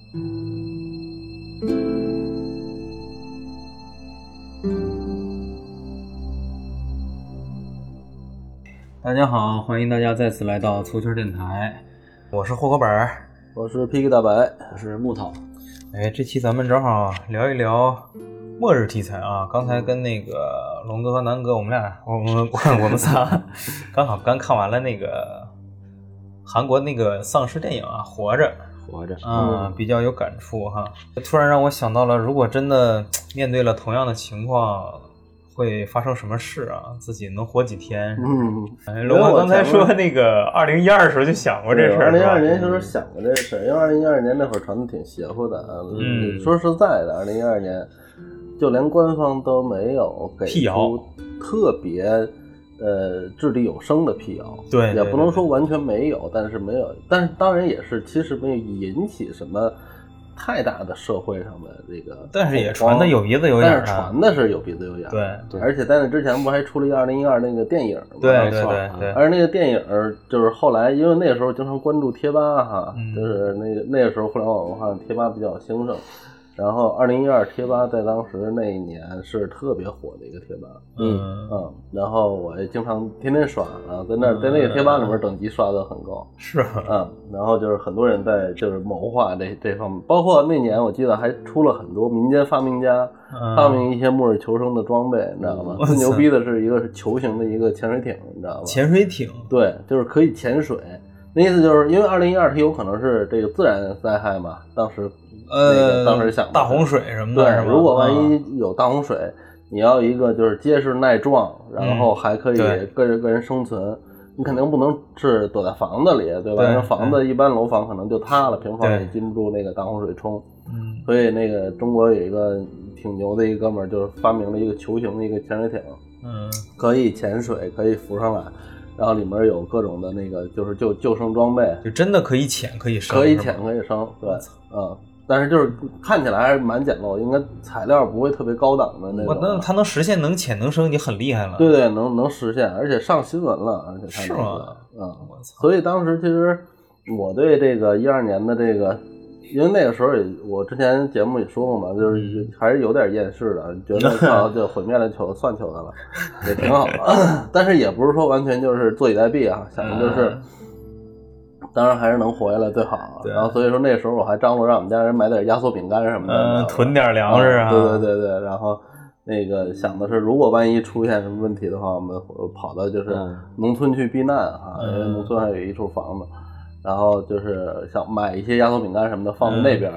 大家好，欢迎大家再次来到粗圈电台，我是户口本， 我是 PK 大白， 我是木头。 这期咱们正好聊一聊末日题材啊。刚才跟那个龙哥和南哥，我们仨刚看完了那个韩国那个丧尸电影啊，活着比较有感触哈。突然让我想到了，如果真的面对了同样的情况，会发生什么事啊？自己能活几天？龙哥刚才说那个2012的时候就想过这事儿。 2012年时候想过这事儿，因为2012年那会儿传的挺邪乎的。说实在的，2012年就连官方都没有给出特别掷地有声的辟谣， 对， 也不能说完全没有，但是当然也是其实没有引起什么太大的社会上的这个， 但是也传的有鼻子有眼， 但是传的是有鼻子有眼， 对， 而且在那之前不还出了2012那个电影吗？ 对， 而那个电影就是后来，因为那个时候经常关注贴吧哈，就是那个时候互联网文化贴吧比较兴盛。然后2012贴吧在当时那一年是特别火的一个贴吧，然后我也经常天天刷啊，在那个贴吧里面等级刷得很高， 是然后就是很多人在就是谋划这方面，包括那年我记得还出了很多民间发明家发明一些末日求生的装备，你知道吗？最牛逼的是一个是球形的一个潜水艇，你知道吗？ 潜水艇， 对，就是可以潜水。那意思就是因为2012它有可能是这个自然灾害嘛，当时想大洪水什么的， 对，如果万一有大洪水，你要一个就是结实耐撞，然后还可以个人生存，你肯定不能是躲在房子里，对吧？那房子一般楼房可能就塌了，平房也禁不住那个大洪水冲。所以那个中国有一个挺牛的一个哥们儿，就是发明了一个球形的一个潜水艇，可以潜水，可以浮上来。然后里面有各种的那个就是救生装备， 就真的可以潜可以生， 可以潜可以生，对，但是就是看起来还是蛮简陋，应该材料不会特别高档的那种。 那它能实现能潜能生，已经很厉害了。 对，能实现，而且上新闻了，而且是吗？ 所以当时其实我对这个12年的这个，因为那个时候我之前节目也说过嘛，就是还是有点厌世的，觉得就毁灭了算球的了，也挺好的。但是也不是说完全就是坐以待毙啊，想的就是。当然还是能活下来最好，然后所以说那时候我还张罗让我们家人买点压缩饼干什么的， 囤点粮食啊。 对，然后那个想的是，如果万一出现什么问题的话，我们跑到就是农村去避难啊，因为农村还有一处房子，然后就是想买一些压缩饼干什么的放在那边，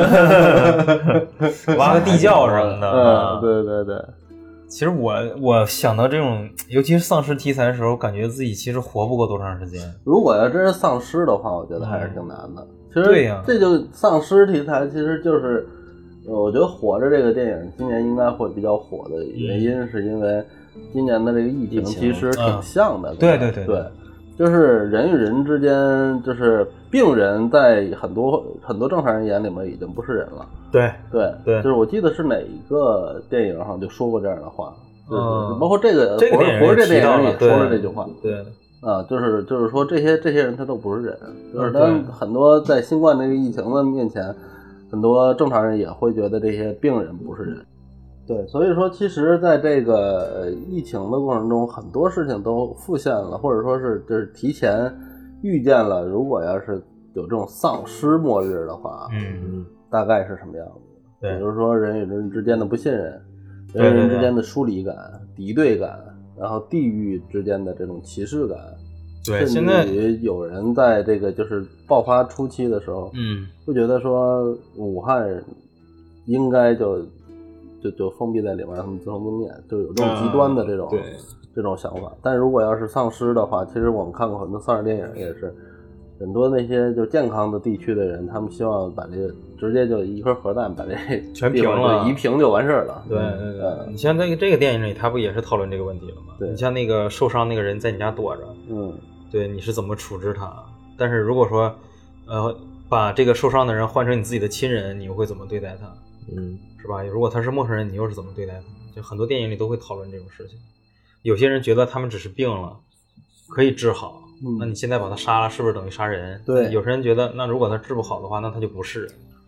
挖个地窖什么的。 对。 其实我想到这种，尤其是丧尸题材的时候，感觉自己其实活不过多长时间。 如果要真是丧尸的话，我觉得还是挺难的。其实对呀， 这就丧尸题材，其实就是，我觉得《活着》这个电影今年应该会比较火的原因，是因为今年的这个疫情其实挺像的。 对， 就是人与人之间，就是病人在很多正常人眼里面已经不是人了。对，就是我记得是哪一个电影上就说过这样的话，就是包括这个活着这电影也说了这句话。 对， 就是说这些人他都不是人，就是当很多在新冠这个疫情的面前，很多正常人也会觉得这些病人不是人。对，所以说其实在这个疫情的过程中，很多事情都复现了，或者说是就是提前预见了，如果要是有这种丧尸末日的话，大概是什么样子？ 对， 比如说人与人之间的不信任，人与人之间的疏离感、敌对感，然后地域之间的这种歧视感。 对，现在有人在这个就是爆发初期的时候，会觉得说武汉应该就封闭在里面，他们自生自灭，就有这种极端的这种想法。但如果要是丧尸的话，其实我们看过很多丧尸电影，也是很多那些就健康的地区的人，他们希望把这个直接就一颗核弹把这全平了， 一平就完事了。 对，你像这个电影里，他不也是讨论这个问题了吗？ 对， 你像那个受伤那个人在你家躲着，对，你是怎么处置他？但是如果说把这个受伤的人换成你自己的亲人，你又会怎么对待他？是吧？如果他是陌生人，你又是怎么对待他？就很多电影里都会讨论这种事情。有些人觉得他们只是病了，可以治好，那你现在把他杀了，是不是等于杀人？ 对。 有些人觉得，那如果他治不好的话，那他就不是人。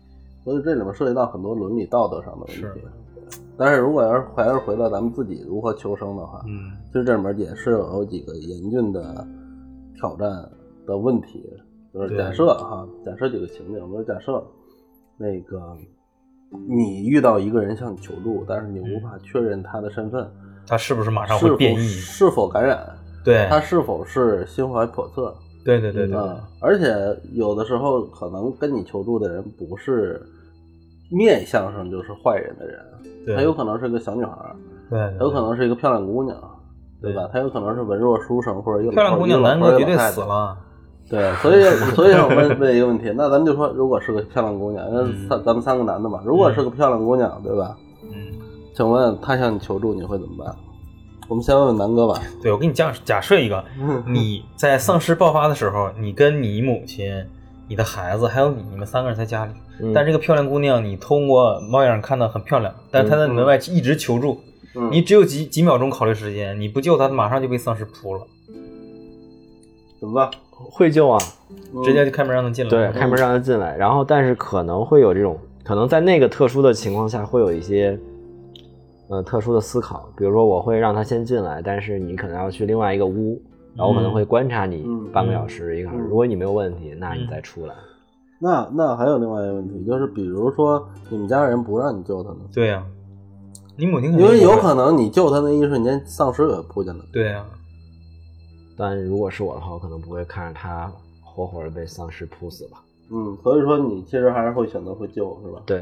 所以这里面涉及到很多伦理道德上的问题。但是如果还是回到咱们自己如何求生的话，其实这里面也是有几个严峻的挑战的问题。就是假设几个情景，我们假设那个你遇到一个人向你求助，但是你无法确认他的身份， 他是不是马上会变异， 是否感染， 对， 他是否是心怀叵测， 对， 而且有的时候可能跟你求助的人不是面相上就是坏人的人，他有可能是个小女孩， 对， 有可能是一个漂亮姑娘，对吧？他有可能是文弱书生或者一个漂亮姑娘，南哥绝对死了。 对，所以我问一个问题，那咱们就说，如果是个漂亮姑娘，咱们3个男的嘛，如果是个漂亮姑娘，对吧？请问她向你求助，你会怎么办？我们先问问南哥吧。 对，我给你假设一个，你在丧尸爆发的时候，你跟你母亲、你的孩子还有你们3个人在家里，但这个漂亮姑娘你通过猫眼看到很漂亮，但是她在门外一直求助，你只有几秒钟考虑时间，你不救她，马上就被丧尸扑了， 怎么办？ 会救啊， 直接就开门让他进来。 对，开门让他进来。然后，但是可能会有这种，可能在那个特殊的情况下，会有一些特殊的思考。比如说，我会让他先进来，但是你可能要去另外一个屋，然后我可能会观察你半个小时、1个小时。如果你没有问题，那你再出来。 那还有另外一个问题，就是比如说你们家人不让你救他呢？ 对呀、你母亲因为有可能你救他那一瞬间，丧尸也会扑进来。 对呀、 但如果是我的话，我可能不会看着他活活的被丧尸扑死吧。 所以说你其实还是会选择会救，是吧？ 对，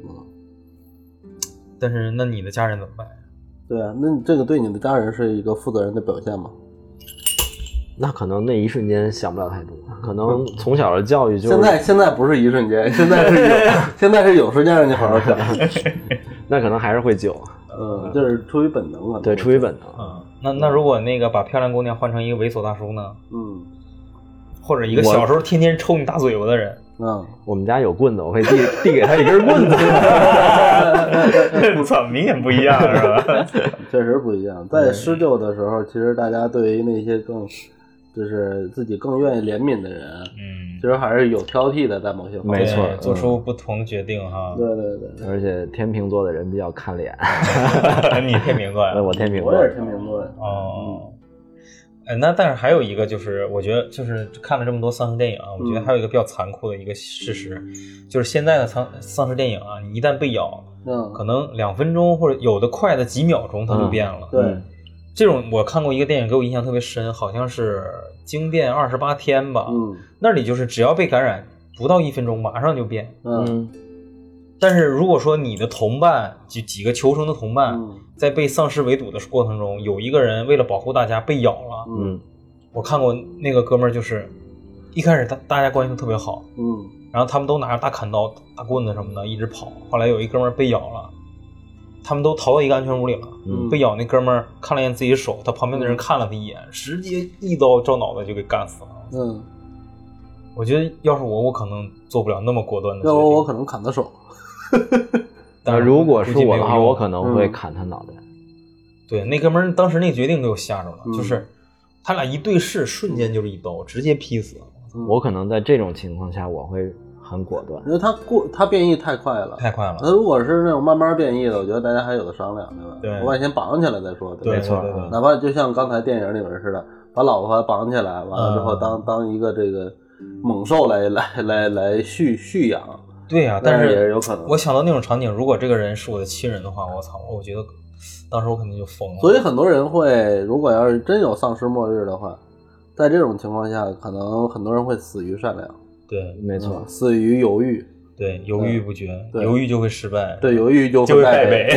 但是那你的家人怎么办？ 对啊，那这个对你的家人是一个负责任的表现吗？ 那可能那一瞬间想不了太多，可能从小的教育就是现在不是一瞬间，现在是有时间让你好好想。 那可能还是会救。 这是出于本能啊。 对，出于本能。 那如果那个把漂亮姑娘换成一个猥琐大叔呢？或者一个我小时候天天抽你大嘴巴的人？ 我们家有棍子，我会递给他一根棍子。 我操，明显不一样是吧？ 确实不一样。在施救的时候，其实大家对于那些就是自己更愿意怜悯的人，其实还是有挑剔的，在某些方面。 没错， 做出不同的决定哈。 对。 而且天秤座的人比较看脸。 你天秤座呀？ 我天秤座。 我也是天秤座的。 那但是还有一个就是，我觉得就是看了这么多丧尸电影啊，我觉得还有一个比较残酷的一个事实，就是现在的丧尸电影啊，你一旦被咬，可能2分钟或者有的快的几秒钟它就变了。 对， 这种我看过一个电影给我印象特别深，好像是《惊变28天》吧，那里就是只要被感染不到1分钟马上就变。但是如果说你的同伴就几个求生的同伴在被丧尸围堵的过程中，有一个人为了保护大家被咬了，我看过那个哥们儿，就是一开始大家关系都特别好，然后他们都拿着大砍刀大棍子什么的一直跑，后来有一哥们儿被咬了，他们都逃到一个安全屋里了，被咬那哥们儿看了一眼自己手，他旁边的人看了他一眼，直接一刀照脑袋就给干死了。我觉得要是我可能做不了那么果断的决定。 要我可能砍他手。 但如果是我的话，我可能会砍他脑袋。 对，那哥们儿当时那个决定给我吓着了，就是他俩一对视，瞬间就是一刀，直接劈死。 我可能在这种情况下，我会很果断， 因为他变异太快了，他如果是那种慢慢变异的，我觉得大家还有的商量，对吧？ 对， 我把你先绑起来再说。 没错， 哪怕就像刚才电影里面似的，把老婆绑起来，完了之后当一个这个猛兽来蓄养。 对呀， 但是也有可能。 我想到那种场景，如果这个人是我的亲人的话，我操，我觉得当时我肯定就疯了。 所以很多人会，如果要是真有丧尸末日的话，在这种情况下，可能很多人会死于善良。 对， 没错， 死于犹豫。 对，犹豫不决，犹豫就会失败。 对，犹豫就会败北。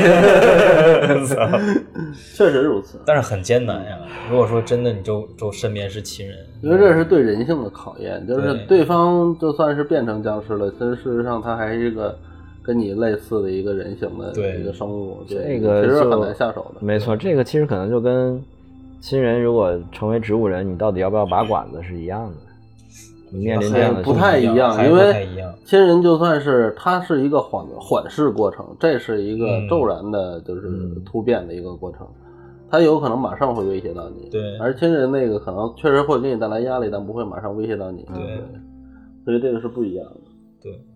确实如此， 但是很艰难呀。如果说真的你就身边是亲人， 因为这是对人性的考验，就是对方就算是变成僵尸了，其实事实上他还是一个跟你类似的一个人形的一个生物， 这个其实很难下手的。 没错，这个其实可能就跟亲人如果成为植物人，你到底要不要拔管子是一样的。你面临这样的不太一样，因为亲人就算是它是一个缓释过程，这是一个骤然的就是突变的一个过程，它有可能马上会威胁到你。 对， 而亲人那个可能确实会给你带来压力，但不会马上威胁到你。 对， 所以这个是不一样的。 对，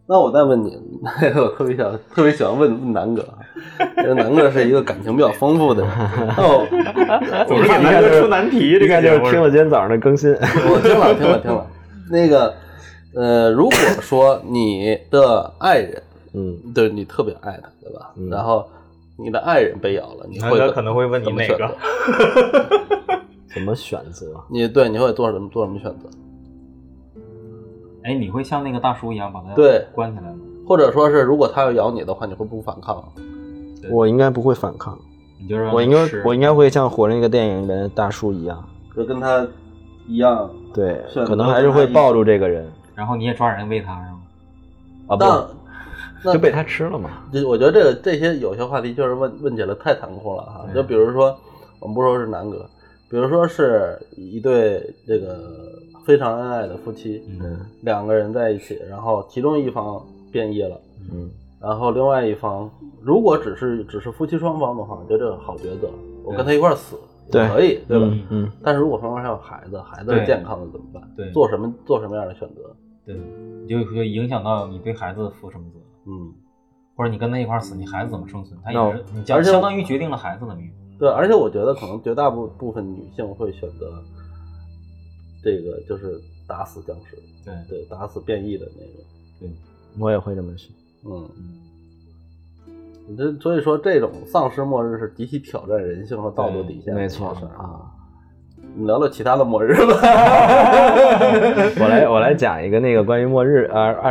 那我再问你，我特别喜欢问南哥，因为南哥是一个感情比较丰富的人。 总是给南哥出难题， 这个就是听了今天早上的更新。 我听了。那个，如果说你的爱人，对你特别爱他，对吧？然后你的爱人被咬了，你会可能会问你哪个？ 怎么选择？ 你会做什么选择？ 哎，你会像那个大叔一样把他关起来吗？ 或者说是，如果他要咬你的话，你会不反抗？ 我应该不会反抗， 你就是我应该会像《火人》那个电影里面的大叔一样， 就跟他一样。 对，可能还是会抱住这个人， 然后你也抓人喂他，是吗？ 啊，不，就被他吃了嘛。 我觉得这些有些话题就是问起来太残酷了哈。就比如说，我们不说是南哥，比如说是一对这个非常恩爱的夫妻，两个人在一起，然后其中一方变异了，然后另外一方如果只是夫妻双方的话，我觉得这个好抉择，我跟他一块死可以，对吧？但是如果双方还有孩子是健康的怎么办？ 对， 做什么样的选择？ 对，就会影响到你对孩子负什么责任，或者你跟他一块死，你孩子怎么生存？他也是你相当于决定了孩子的命运。 对，而且我觉得可能绝大部分女性会选择这个，就是打死僵尸，对，打死变异的那个。 对，我也会这么选。 所以说这种丧尸末日是极其挑战人性和道德底线的。 没错啊。你聊聊其他的末日吧。 我来讲一个那个关于末日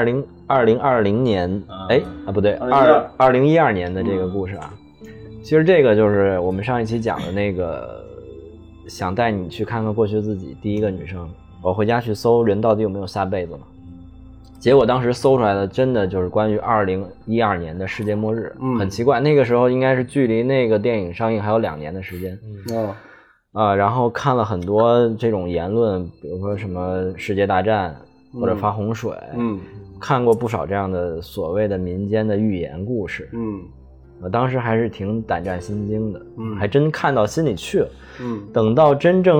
2020年，不对，2012年的这个故事啊。其实这个就是我们上一期讲的那个，想带你去看看过去自己。第一个女生，我回家去搜人到底有没有下辈子嘛，结果当时搜出来的真的就是关于2012年的世界末日，很奇怪，那个时候应该是距离那个电影上映还有2年的时间，然后看了很多这种言论，比如说什么世界大战或者发洪水，看过不少这样的所谓的民间的寓言故事，我当时还是挺胆战心惊的，还真看到心里去了。等到真正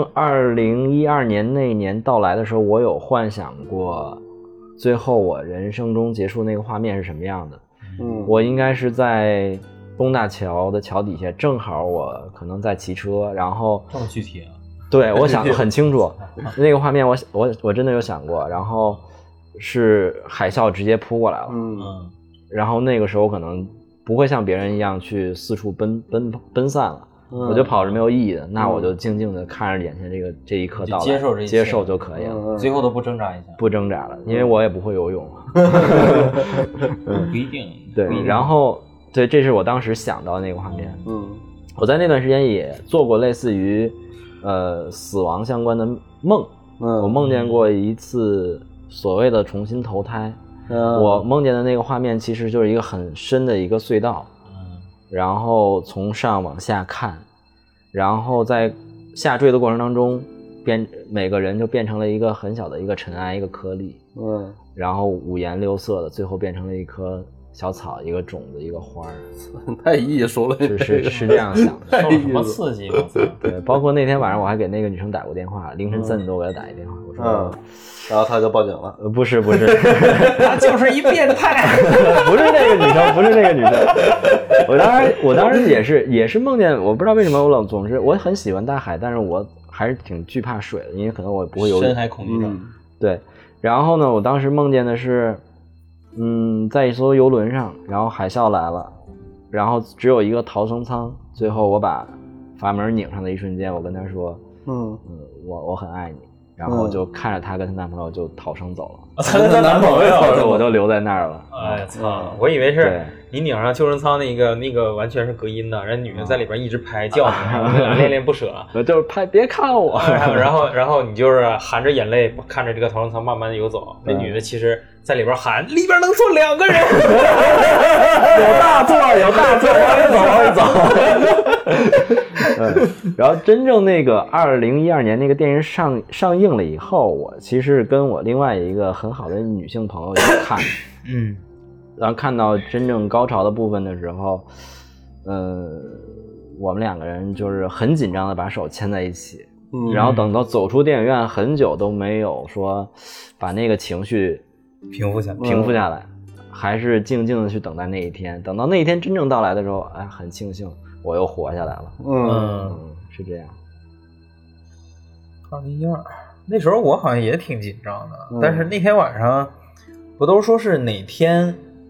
2012年那一年到来的时候，我有幻想过最后我人生中结束那个画面是什么样的。我应该是在东大桥的桥底下，正好我可能在骑车，然后这么具体啊？ 对，我想得很清楚，那个画面我真的有想过，然后是海啸直接扑过来了，然后那个时候可能不会像别人一样去四处奔散了，我就跑是没有意义的，那我就静静的看着眼前这一刻到来，接受就可以了， 最后都不挣扎一下， 不挣扎了，因为我也不会游泳， 不一定， 对，然后对，这是我当时想到的那个画面，我在那段时间也做过类似于死亡相关的梦，我梦见过一次所谓的重新投胎。我梦见的那个画面其实就是一个很深的一个隧道，然后从上往下看，然后在下坠的过程当中每个人就变成了一个很小的一个尘埃，一个颗粒，然后五颜六色的，最后变成了一棵小草，一个种子，一个花儿， 太艺术了， 是这样想的， 受什么刺激？ 对，包括那天晚上我还给那个女生打过电话，凌晨3点多给她打一电话，我说。 然后他就报警了。 不是， 他就是一变态。 不是那个女生。我当时也是梦见，我不知道为什么我很喜欢大海，但是我还是挺惧怕水的，因为可能我不会游泳。 深海恐惧症。 对。然后呢，我当时梦见的是，在一艘游轮上，然后海啸来了，然后只有一个逃生舱，最后我把阀门拧上的一瞬间，我跟她说，我很爱你。然后就看着她跟她男朋友就逃生走了， 她跟她男朋友， 我就留在那儿了。 哎操！我以为是你拧上救生舱那个完全是隔音的，人女的在里边一直拍叫你，俩恋恋不舍， 就是拍别看我。 然后你就是含着眼泪看着这个逃生舱慢慢的游走，那女的其实在里边喊里边能坐2个人， 有大座，往里走。然后真正那个2012年那个电影上映了以后，我其实跟我另外一个很好的女性朋友去看，然后看到真正高潮的部分的时候，我们2个人就是很紧张的把手牵在一起，然后等到走出电影院很久都没有说把那个情绪平复下来， 还是静静的去等待那一天，等到那一天真正到来的时候，哎，很庆幸我又活下来了。是这样。 2012那时候我好像也挺紧张的，但是那天晚上不都说是哪天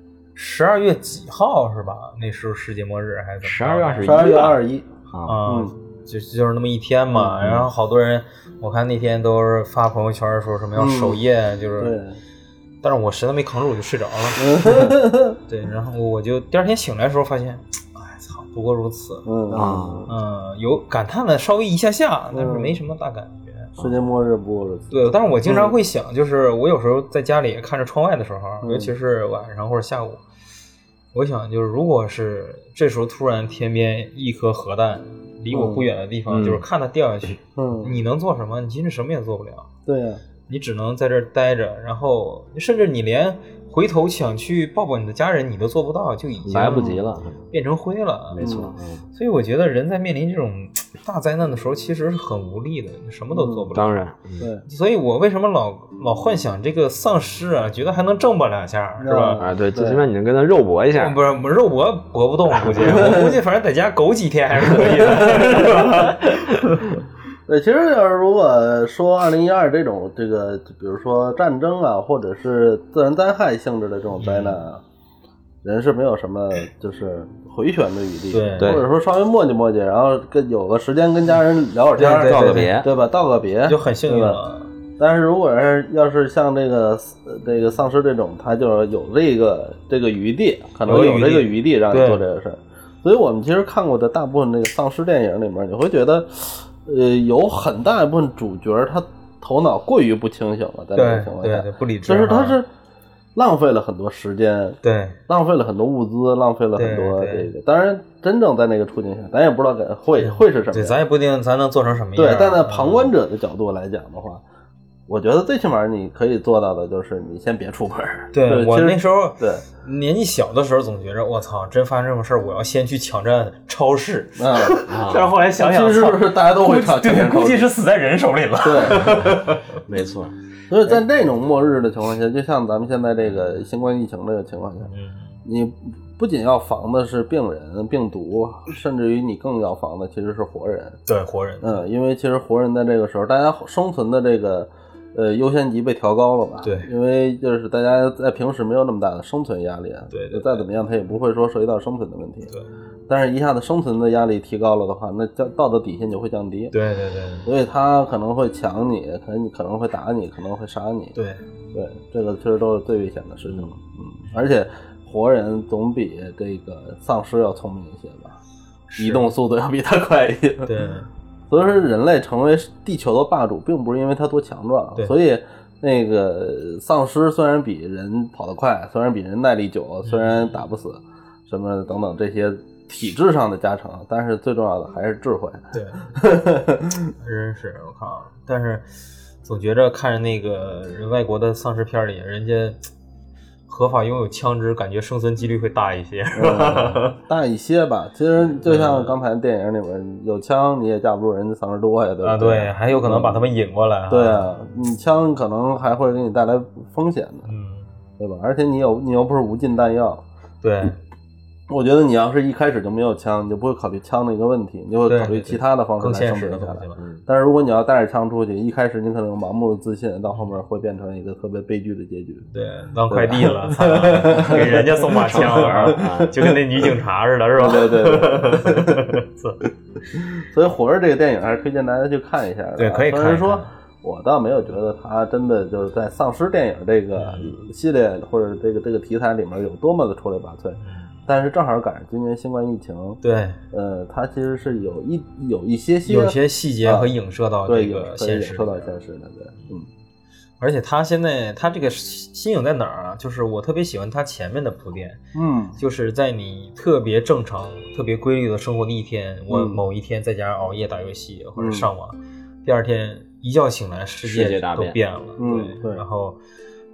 12月几号是吧？那时候世界末日还是怎么 ？12月21 啊，就是那么一天嘛。然后好多人，我看那天都是发朋友圈说什么要守夜，就是。但是我实在没扛住，我就睡着了。对，然后我就第二天醒来的时候发现，哎操，不过如此。有感叹了稍微一下，但是没什么大感觉。 世界末日不过如此。 对，但是我经常会想，就是我有时候在家里看着窗外的时候，尤其是晚上或者下午，我想就是如果是这时候突然天边一颗核弹离我不远的地方，就是看它掉下去，你能做什么？你其实什么也做不了。 对呀。 你只能在这儿待着，然后甚至你连回头想去抱抱你的家人你都做不到，就已经来不及了， 变成灰了。 没错。 所以我觉得人在面临这种大灾难的时候其实是很无力的，什么都做不了。 当然。 对。 所以我为什么老幻想这个丧尸啊，觉得还能挣吧2下是吧？ 啊，对，最起码你能跟他肉搏一下。 不是，我肉搏搏不动，我估计反正在家苟几天还是可以的，是吧？ 对，其实要是如果说2012这种比如说战争啊，或者是自然灾害性质的这种灾难啊，人是没有什么就是回旋的余地， 对， 或者说稍微磨叽，然后有个时间跟家人聊会天， 道个别， 对吧？道个别就很幸运了。 但是如果要是像这个丧尸这种，他就有这个余地，可能有这个余地让你做这个事儿。所以我们其实看过的大部分这个丧尸电影里面，你会觉得。有很大一部分主角他头脑过于不清醒了，在这个情况下， 对，不理智， 就是他是浪费了很多时间， 对， 浪费了很多物资，浪费了很多这个。当然，真正在那个处境下，咱也不知道会是什么样， 对，咱也不一定咱能做成什么样。 对，但在旁观者的角度来讲的话。我觉得最起码你可以做到的就是你先别出门。 对，我那时候对年纪小的时候总觉着我操，真发生这种事儿，我要先去抢占超市。但是后来想想， 其实是大家都会抢， 对，估计是死在人手里了。 对， 没错。 所以在那种末日的情况下，就像咱们现在这个新冠疫情这个情况下，你不仅要防的是病人、病毒，甚至于你更要防的其实是活人。 对，活人。 因为其实活人在这个时候，大家生存的这个。优先级被调高了吧？ 对， 因为就是大家在平时没有那么大的生存压力， 对， 再怎么样，他也不会说涉及到生存的问题。 对， 但是一下子生存的压力提高了的话，那道德底线就会降低。 对， 所以他可能会抢你，可能会打你，可能会杀你。 对， 这个其实都是最危险的事情。而且活人总比这个丧尸要聪明一些吧，移动速度要比他快一些。 对。 所以说，人类成为地球的霸主，并不是因为它多强壮。所以，那个丧尸虽然比人跑得快，虽然比人耐力久，虽然打不死，什么等等这些体质上的加成，但是最重要的还是智慧。 对，真是我靠！但是总觉着看着那个外国的丧尸片里，人家合法拥有枪支，感觉生存几率会大一些，是吧？ 大一些吧。其实就像刚才电影里面，有枪你也架不住人家丧尸多呀，对吧？ 对，还有可能把他们引过来。 对啊，你枪可能还会给你带来风险的，对吧？而且你又不是无尽弹药。 对。 我觉得你要是一开始就没有枪，你就不会考虑枪的一个问题，你就会考虑其他的方式来生存下来。但是如果你要带着枪出去，一开始你可能盲目的自信，到后面会变成一个特别悲剧的结局。 对，当快递了，给人家送把枪就跟那女警察似的，是吧？ 对。所以《火人》这个电影还是推荐大家去看一下的。 对，可以看。 虽然说我倒没有觉得它真的就是在丧尸电影这个系列或者这个题材里面有多么的出类拔萃。但是正好赶上今年新冠疫情， 对， 它其实是有一些细节和影射到这个现实， 影射到现实的，对， 而且他现在他这个新颖在哪儿啊？就是我特别喜欢他前面的铺垫，就是在你特别正常、特别规律的生活的一天，我某一天在家熬夜打游戏或者上网，第二天一觉醒来，世界都变了，对，然后。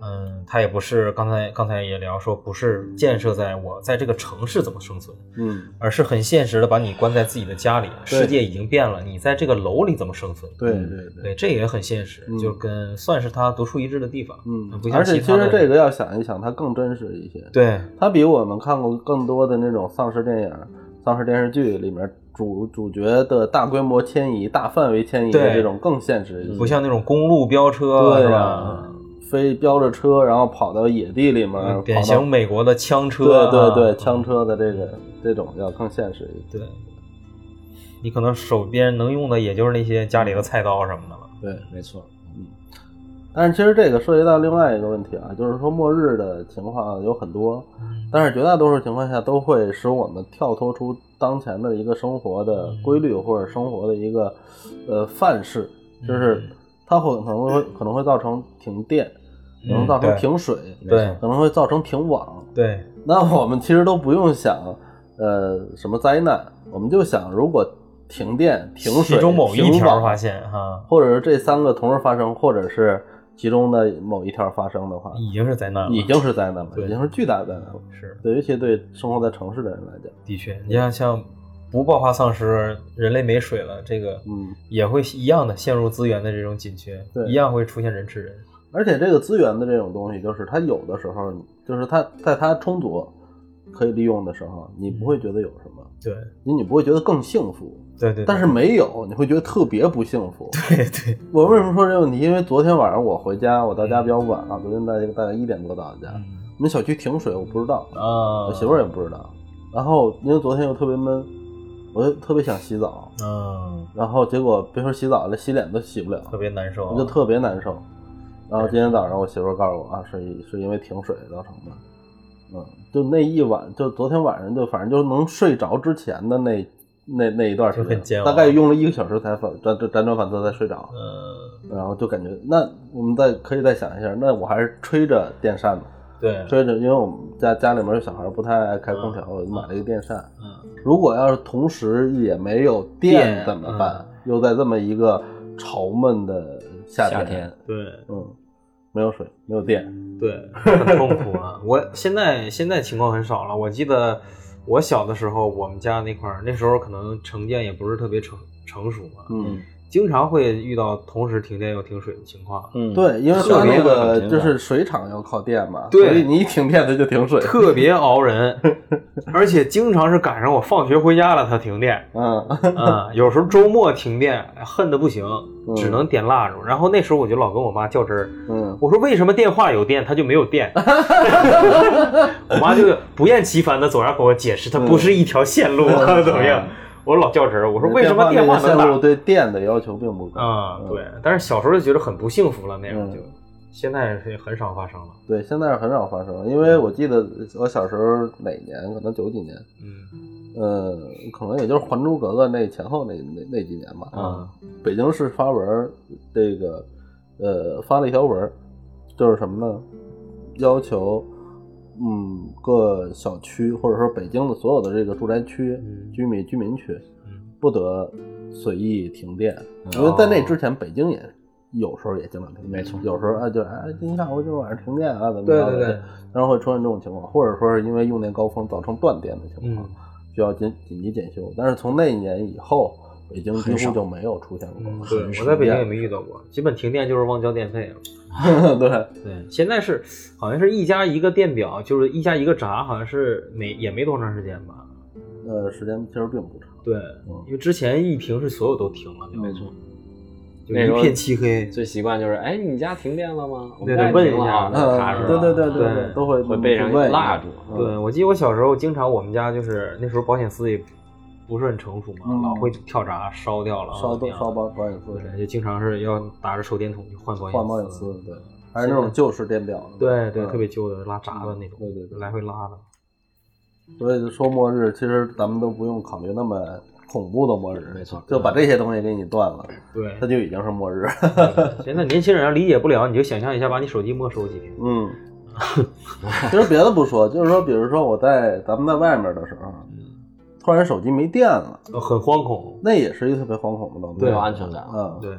它也不是刚才也聊说，不是建设在我在这个城市怎么生存，而是很现实的把你关在自己的家里，世界已经变了，你在这个楼里怎么生存？ 对， 这也很现实，就跟算是它独树一帜的地方。不像而且其实这个要想一想，它更真实一些。 对， 它比我们看过更多的那种丧尸电影、丧尸电视剧里面主角的大规模迁移、大范围迁移的这种更现实一些， 不像那种公路飙车， 对是吧？ 飞飙着车，然后跑到野地里面， 典型美国的枪车， 对，枪车的这种要更现实一些。 对，你可能手边能用的也就是那些家里的菜刀什么的了。 对，没错。但是其实这个涉及到另外一个问题啊，就是说末日的情况有很多，但是绝大多数情况下都会使我们跳脱出当前的一个生活的规律或者生活的一个范式，就是它可能会造成停电，可能造成停水， 对， 可能会造成停网， 对。 那我们其实都不用想什么灾难，我们就想如果停电、停水、 其中某一条发现哈， 或者是这3个同时发生，或者是其中的某一条发生的话， 已经是灾难了， 已经是灾难了，已经是巨大的灾难了。 是， 对，尤其对生活在城市的人来讲， 的确，你像不爆发丧尸，人类没水了，这个也会一样的陷入资源的这种紧缺，一样会出现人吃人。 而且这个资源的这种东西，就是它有的时候，就是它在它充足可以利用的时候，你不会觉得有什么， 对， 你不会觉得更幸福。 对， 但是没有，你会觉得特别不幸福。 对， 我为什么说这个问题？因为昨天晚上我回家，我到家比较晚啊，昨天大概1点多到家。我们小区停水，我不知道啊，我媳妇儿也不知道。然后因为昨天又特别闷，我就特别想洗澡，然后结果别说洗澡了，洗脸都洗不了， 特别难受， 我就特别难受。然后今天早上我媳妇儿告诉我啊，是因为停水造成的。就那一晚，就昨天晚上就反正就能睡着之前的那一段时间，大概用了1个小时才辗转反侧才睡着。然后就感觉，那我们可以再想一下，那我还是吹着电扇的。 对， 吹着，因为我们家里面有小孩不太爱开空调，我就买了一个电扇。如果要是同时也没有电怎么办？又在这么一个潮闷的夏天， 对， 没有水，没有电， 对，很痛苦啊。我现在情况很少了。我记得我小的时候，我们家那块儿，那时候可能城建也不是特别成熟嘛，经常会遇到同时停电又停水的情况。 对，因为它那个就是水厂要靠电嘛， 对， 所以你一停电它就停水， 特别熬人。而且经常是赶上我放学回家了，它停电。有时候周末停电，恨得不行，只能点蜡烛。然后那时候我就老跟我妈较真儿，我说为什么电话有电它就没有电？我妈就不厌其烦的总要给我解释，它不是一条线路怎么样。我老较真儿，我说为什么电话线路对电的要求并不高对，但是小时候就觉得很不幸福了，那样就现在是很少发生了。 对，现在是很少发生了，因为我记得我小时候哪年，可能90几年，可能也就是《还珠格格》那前后那几年吧。北京市发文，这个发了一条文，就是什么呢？要求各小区或者说北京的所有的这个住宅区、居民区不得随意停电，因为在那之前北京也有时候也经常停电， 没错， 有时候就今下午今晚上停电啊，怎么着的， 对， 然后会出现这种情况，或者说是因为用电高峰造成断电的情况，需要紧急检修。但是从那一年以后，北京几乎就没有出现过。 对，我在北京也没遇到过，基本停电就是忘交电费了。 对， 现在是好像是1家1个电表，就是1家1个闸，好像是也没多长时间吧。 时间其实并不长。 对，因为之前一停是所有都停了， 没错， 就一片漆黑。 最习惯就是你家停电了吗？ 对，问一下， 对，都会备上蜡烛。 对，我记得我小时候经常，我们家就是那时候保险丝也不是很成熟嘛，老会跳闸烧掉了， 烧保险丝， 对，就经常是要打着手电筒去换保险丝， 对，还是那种旧式电表， 对，特别旧的拉闸的那种， 对， 来回拉的。 所以说末日，其实咱们都不用考虑那么恐怖的末日， 没错， 就把这些东西给你断了， 对， 它就已经是末日。 现在年轻人理解不了，你就想象一下，把你手机没收几天。 其实别的不说，就是说，比如说咱们在外面的时候，突然手机没电了， 很惶恐， 那也是一个特别惶恐的东西， 没有安全感。 对。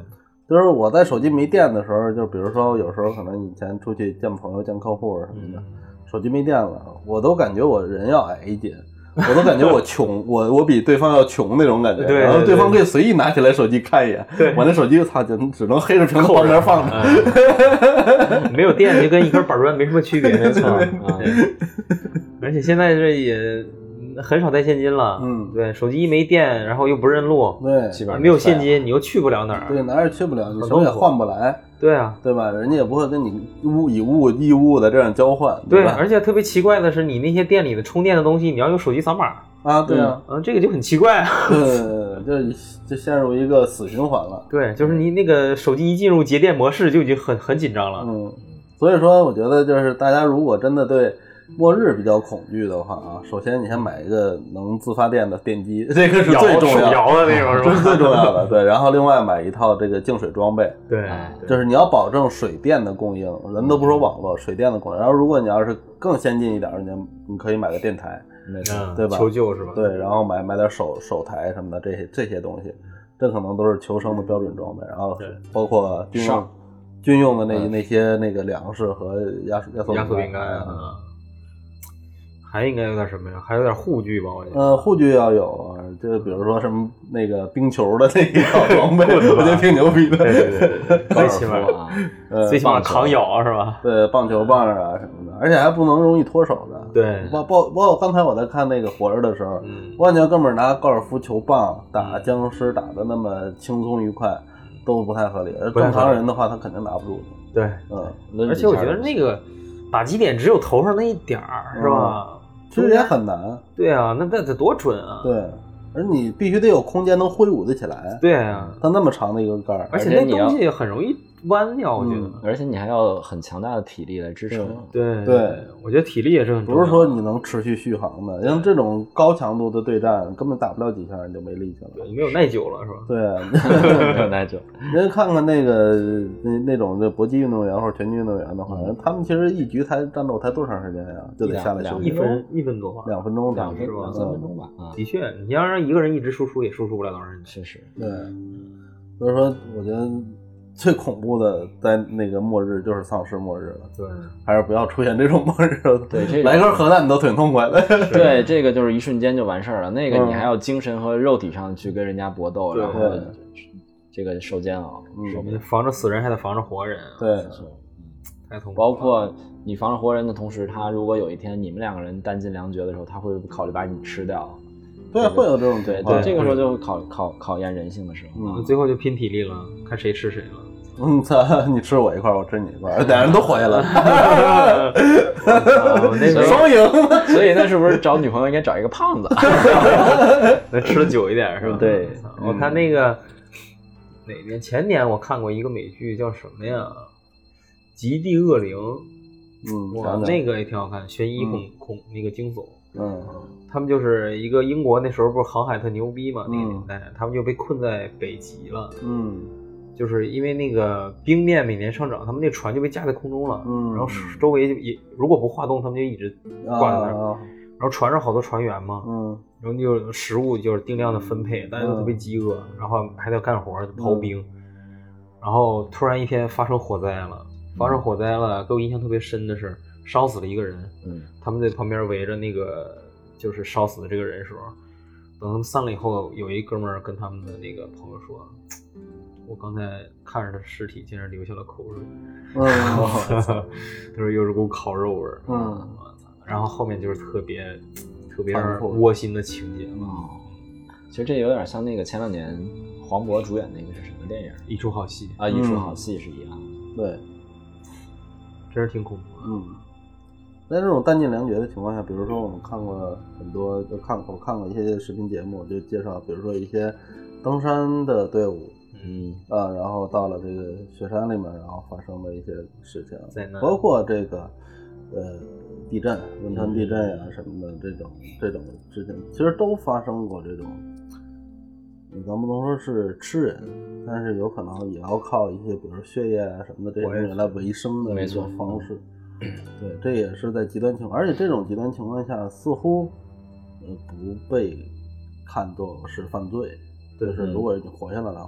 就是我在手机没电的时候，就比如说有时候可能以前出去见朋友、见客户什么的，手机没电了，我都感觉我人要矮一截。我都感觉我穷，我比对方要穷那种感觉， 对， 然后对方可以随意拿起来手机看一眼，我那手机操只能黑着屏旁边放着， 没有电就跟一根板砖没什么区别，没错。而且现在这也很少带现金了，对，手机一没电，然后又不认路， 对， 基本上没有现金，你又去不了哪儿， 对，哪儿也去不了，你手也换不来， 对啊， 对吧？人家也不会跟你物以物易物的这样交换， 对，而且特别奇怪的是，你那些店里的充电的东西，你要用手机扫码啊，对啊， 这个就很奇怪啊， 就陷入一个死循环了， 对，就是你那个手机一进入节电模式就已经很紧张了， 所以说我觉得就是大家如果真的对末日比较恐惧的话啊，首先你先买一个能自发电的电机，这个是最重要的， 摇的那种是吧？ 这是最重要的。对，然后另外买一套这个净水装备， 对， 就是你要保证水电的供应，人都不说网络，水电的供应。然后如果你要是更先进一点，你可以买个电台，对吧？ 求救是吧？ 对，然后买点手台什么的这些东西，这可能都是求生的标准装备。然后包括军用的那些那个粮食和压缩饼干啊。还应该有点什么呀？还有点护具吧，我觉得。 护具要有啊，就比如说什么那个冰球的那一套装备，我觉得挺牛逼的。 对，最起码最起码抗咬是吧？ 对，棒球棒啊什么的，而且还不能容易脱手的。 对， 包括刚才我在看那个活着的时候，我感觉哥们儿拿高尔夫球棒打僵尸打的那么轻松愉快，都不太合理。正常人的话，他肯定拿不住的。 对，而且我觉得那个打击点只有头上那一点儿，是吧？ 其实也很难。 对啊，那得多准啊！ 对，而你必须得有空间能挥舞得起来。 对啊， 它那么长的一个杆儿， 而且那东西很容易弯掉，我觉得。 而且你还要很强大的体力来支撑。 对，我觉得体力也是很重要。 不是说你能持续续航的，像这种高强度的对战，根本打不了几下你就没力气了。 对，没有耐久了是吧？ 对， 没有耐久。 人看看那个那种的搏击运动员或者拳击运动员的话，他们其实一局战斗才多长时间呀？就得下来休息 1分多吧 ，2分钟， 2分3分钟吧。 的确，你要让一个人一直输出也输出不了多少人。 确实， 对。所以说，我觉得最恐怖的在那个末日就是丧尸末日了。 对， 还是不要出现这种末日了。 对， 来根核弹都挺痛快的。 对，这个就是一瞬间就完事儿了。那个你还要精神和肉体上去跟人家搏斗，然后这个受煎熬。 防着死人还得防着活人。 对， 太痛苦了。 包括你防着活人的同时，他如果有一天你们2个人弹尽粮绝的时候，他会考虑把你吃掉。 对，会有这种对，这个时候就考验人性的时候。 最后就拼体力了，看谁吃谁了。 操！你吃我一块，我吃你一块，俩人都活下来了， 双赢。所以那是不是找女朋友应该找一个胖子？ 能吃的久一点是吧？ 对， 我看那个哪年前年我看过一个美剧叫什么呀？极地恶灵。哇，那个也挺好看，悬疑恐那个惊悚。他们就是一个英国那时候不是航海特牛逼嘛，那个年代，他们就被困在北极了。就是因为那个冰面每年上涨，他们那船就被架在空中了。然后周围也如果不化动，他们就一直挂在那儿。然后船上好多船员嘛，然后就食物就是定量的分配，大家都特别饥饿，然后还得干活刨冰。然后突然一天发生火灾了，给我印象特别深的是烧死了一个人。他们在旁边围着那个就是烧死的这个人时候，等他们散了以后，有一哥们儿跟他们的那个朋友说，我刚才看着他尸体竟然流下了口水。他说又是股烤肉味儿。然后后面就是特别让人窝心的情节。 其实这有点像那个前2年黄渤主演那个是什么电影？ 一出好戏啊，一出好戏是一样的。 对， 真是挺恐怖的。 在这种弹尽粮绝的情况下，比如说我们看过很多，我看过一些视频节目，就介绍，比如说一些登山的队伍，然后到了这个雪山里面，然后发生的一些事情，包括这个地震、汶川地震呀什么的这种事情，其实都发生过这种。咱不能说是吃人，但是有可能也要靠一些，比如血液啊什么的这些来维生的一种方式。对，这也是在极端情况，而且这种极端情况下似乎不被看作是犯罪，就是如果你活下来的话，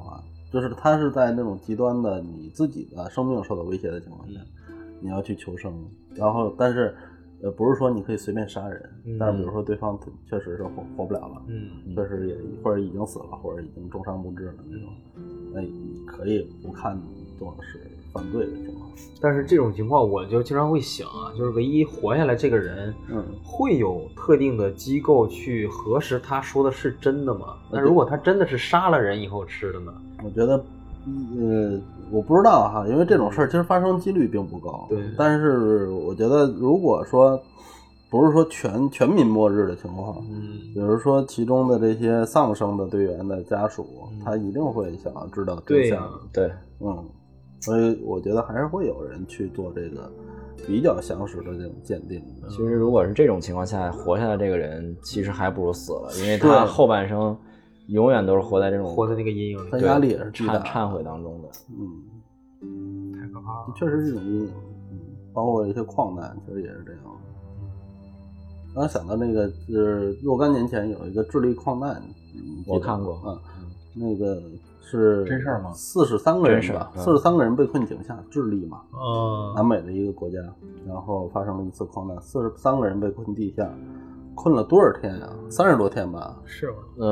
就是他是在那种极端的你自己的生命受到威胁的情况下，你要去求生，然后但是不是说你可以随便杀人，但是比如说对方确实是活不了了，确实也或者已经死了，或者已经重伤不治了那种，那你可以不看作是犯罪的情况。 但是这种情况我就经常会想啊，就是唯一活下来这个人，会有特定的机构去核实他说的是真的吗？那如果他真的是杀了人以后吃的呢？ 我觉得我不知道哈，因为这种事儿其实发生几率并不高。 对， 但是我觉得如果说不是说全民末日的情况，比如说其中的这些丧生的队员的家属，他一定会想要知道真相。 对， 所以我觉得还是会有人去做这个比较详实的这种鉴定。 其实如果是这种情况下活下来这个人，其实还不如死了，因为他后半生永远都是活在这种那个阴影里， 他压力也是巨大忏悔当中的。 太可怕了， 确实是这种阴影。包括一些矿难，其实也是这样。刚想到那个就是若干年前有一个智利矿难， 我看过那个是真事儿吗 ？43个人吧，43个人被困井下，智利嘛，南美的一个国家，然后发生了一次矿难，43个人被困地下，困了多少天啊？30多天吧？ 是吗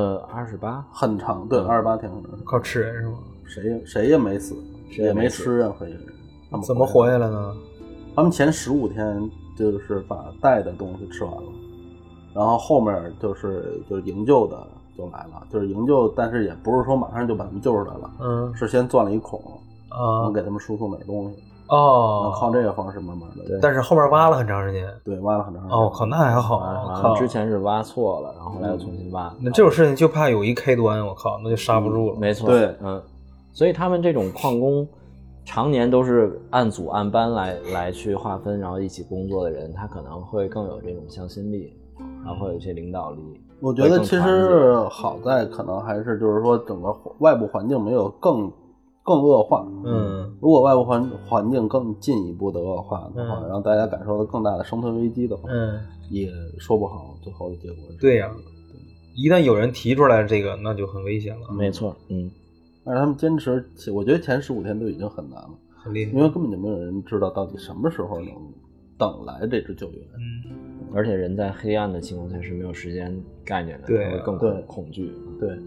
？28， 很长，对，28天。 靠吃人是吗？ 谁也没死，也没吃任何一个人。 怎么活下来呢？ 他们前15天就是把带的东西吃完了，然后后面就是营救的就来了，就是营救，但是也不是说马上就把他们救出来了，是先钻了一孔，能给他们输送点东西，靠这个方式慢慢的。 但是后面挖了很长时间。 对，挖了很长时间。 靠，那还好。 之前是挖错了，然后后来又重新挖。 那这种事情就怕有一开端，我靠，那就刹不住了。 没错， 对， 所以他们这种矿工常年都是按组按班来去划分，然后一起工作的人，他可能会更有这种向心力，然后会有一些领导力。 我觉得其实好在可能还是就是说整个外部环境没有更恶化。如果外部环境更进一步的恶化的话，让大家感受到更大的生存危机的话，也说不好最后的结果是。 对呀，一旦有人提出来这个，那就很危险了。 没错， 但是他们坚持，我觉得前15天都已经很难了， 很厉害， 因为根本就没有人知道到底什么时候能等来这支救援。 而且人在黑暗的情况下是没有时间概念的， 对， 会更恐惧。 对。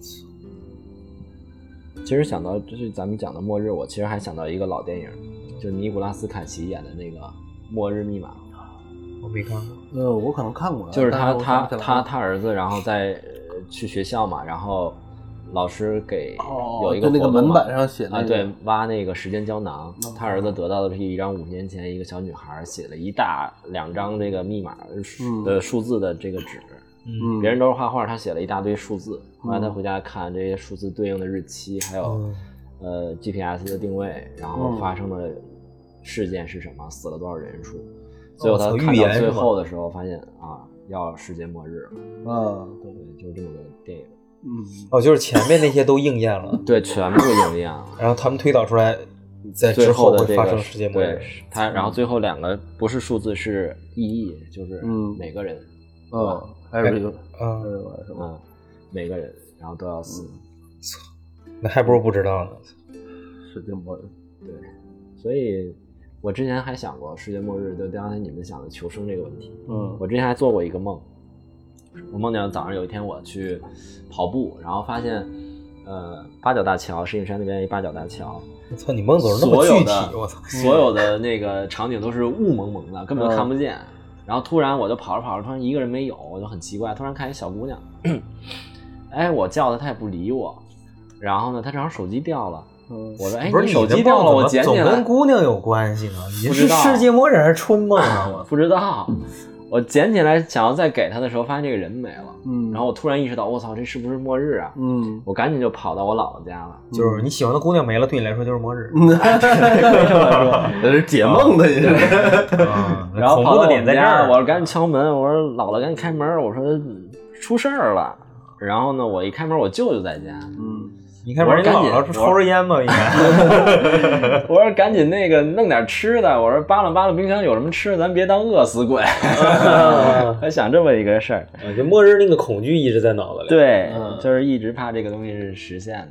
其实想到就是咱们讲的末日，我其实还想到一个老电影，就是尼古拉斯凯奇演的那个《末日密码》。 我没看过。 我可能看过， 就是他儿子，然后去学校嘛，然后老师给有一个那个门板上写那个对，挖那个时间胶囊，他儿子得到的是一张5年前一个小女孩写了2张这个密码的数字的这个纸。别人都是画画，他写了一大堆数字。后来他回家看这些数字对应的日期，还有GPS 的定位，然后发生的事件是什么，死了多少人数。最后他看到最后的时候，发现要世界末日了。对，就是这么个电影。 就是前面那些都应验了。 对，全部应验了。 然后他们推导出来，在之后会发生世界末日。 对，然后最后2个不是数字，是意义，就是每个人。 还有这个每个人，然后都要死。 那还不如不知道呢。 世界末日。 对，所以我之前还想过世界末日，就刚才你们想的求生这个问题。我之前还做过一个梦，我梦见早上有一天我去跑步，然后发现八角大桥，石景山那边一八角大桥。 我操，你梦总是那么具体，我操！ 所有的那个场景都是雾蒙蒙的，根本就看不见。然后突然我就跑着跑着，突然一个人没有，我就很奇怪。突然看一小姑娘，我叫她，她也不理我。然后呢，她正好手机掉了。我说，你手机掉了，我捡起来。 总跟姑娘有关系呢？你是世界末日还是春梦啊？ 我不知道。我捡起来想要再给她的时候，发现这个人没了。然后我突然意识到，我操，这是不是末日啊？我赶紧就跑到我姥姥家了。 就是你喜欢的姑娘没了，对你来说就是末日。 这是解梦的，你是。 然后跑到我们家，我赶紧敲门，我说姥姥赶紧开门，我说出事儿了。然后呢，我一开门，我舅舅在家。 你开门，你姥姥抽着烟吗？应该。 我说赶紧那个弄点吃的，我说扒拉冰箱有什么吃的，咱别当饿死鬼。还想这么一个事儿， 就末日那个恐惧一直在脑子里。 对，就是一直怕这个东西是实现的。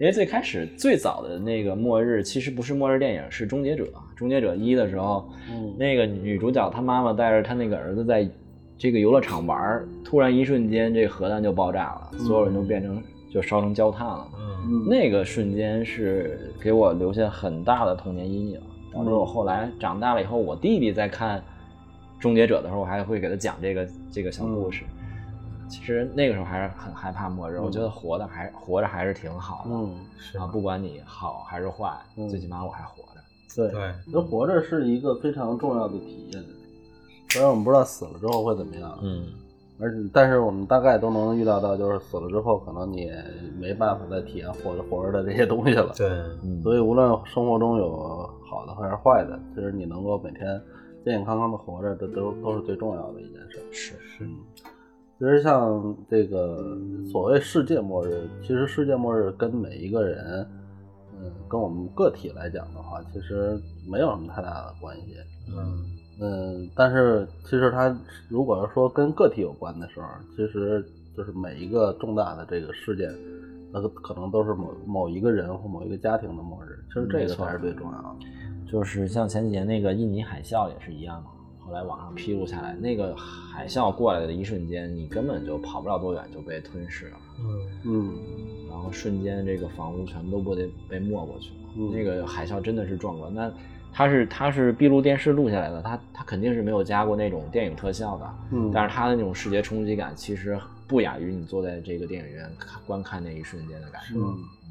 因为最开始最早的那个末日其实不是末日电影，是终结者。终结者1的时候，那个女主角她妈妈带着她那个儿子在这个游乐场玩，突然一瞬间这个核弹就爆炸了，所有人都变成就烧成焦炭了。那个瞬间是给我留下很大的童年阴影，导致我后来长大了以后，我弟弟在看终结者的时候，我还会给他讲这个小故事。其实那个时候还是很害怕末日，我觉得活着还是挺好的。 是啊，不管你好还是坏，最起码我还活着。 对，那活着是一个非常重要的体验。虽然我们不知道死了之后会怎么样，但是我们大概都能预料到，就是死了之后，可能你也没办法再体验活着的这些东西了。 对， 所以无论生活中有好的还是坏的，其实你能够每天健健康康的活着，这都是最重要的一件事。 是。 其实像这个所谓世界末日，其实世界末日跟每一个人，跟我们个体来讲的话，其实没有什么太大的关系。但是其实它如果说跟个体有关的时候，其实就是每一个重大的这个事件，那可能都是某一个人或某一个家庭的末日。其实这个才是最重要的。 就是像前几年那个印尼海啸也是一样嘛。后来网上披露下来，那个海啸过来的一瞬间，你根本就跑不了多远就被吞噬了。然后瞬间这个房屋全都被没过去了。那个海啸真的是壮观。那它是闭路电视录下来的，它肯定是没有加过那种电影特效的。但是它的那种视觉冲击感其实不亚于你坐在这个电影院观看那一瞬间的感觉。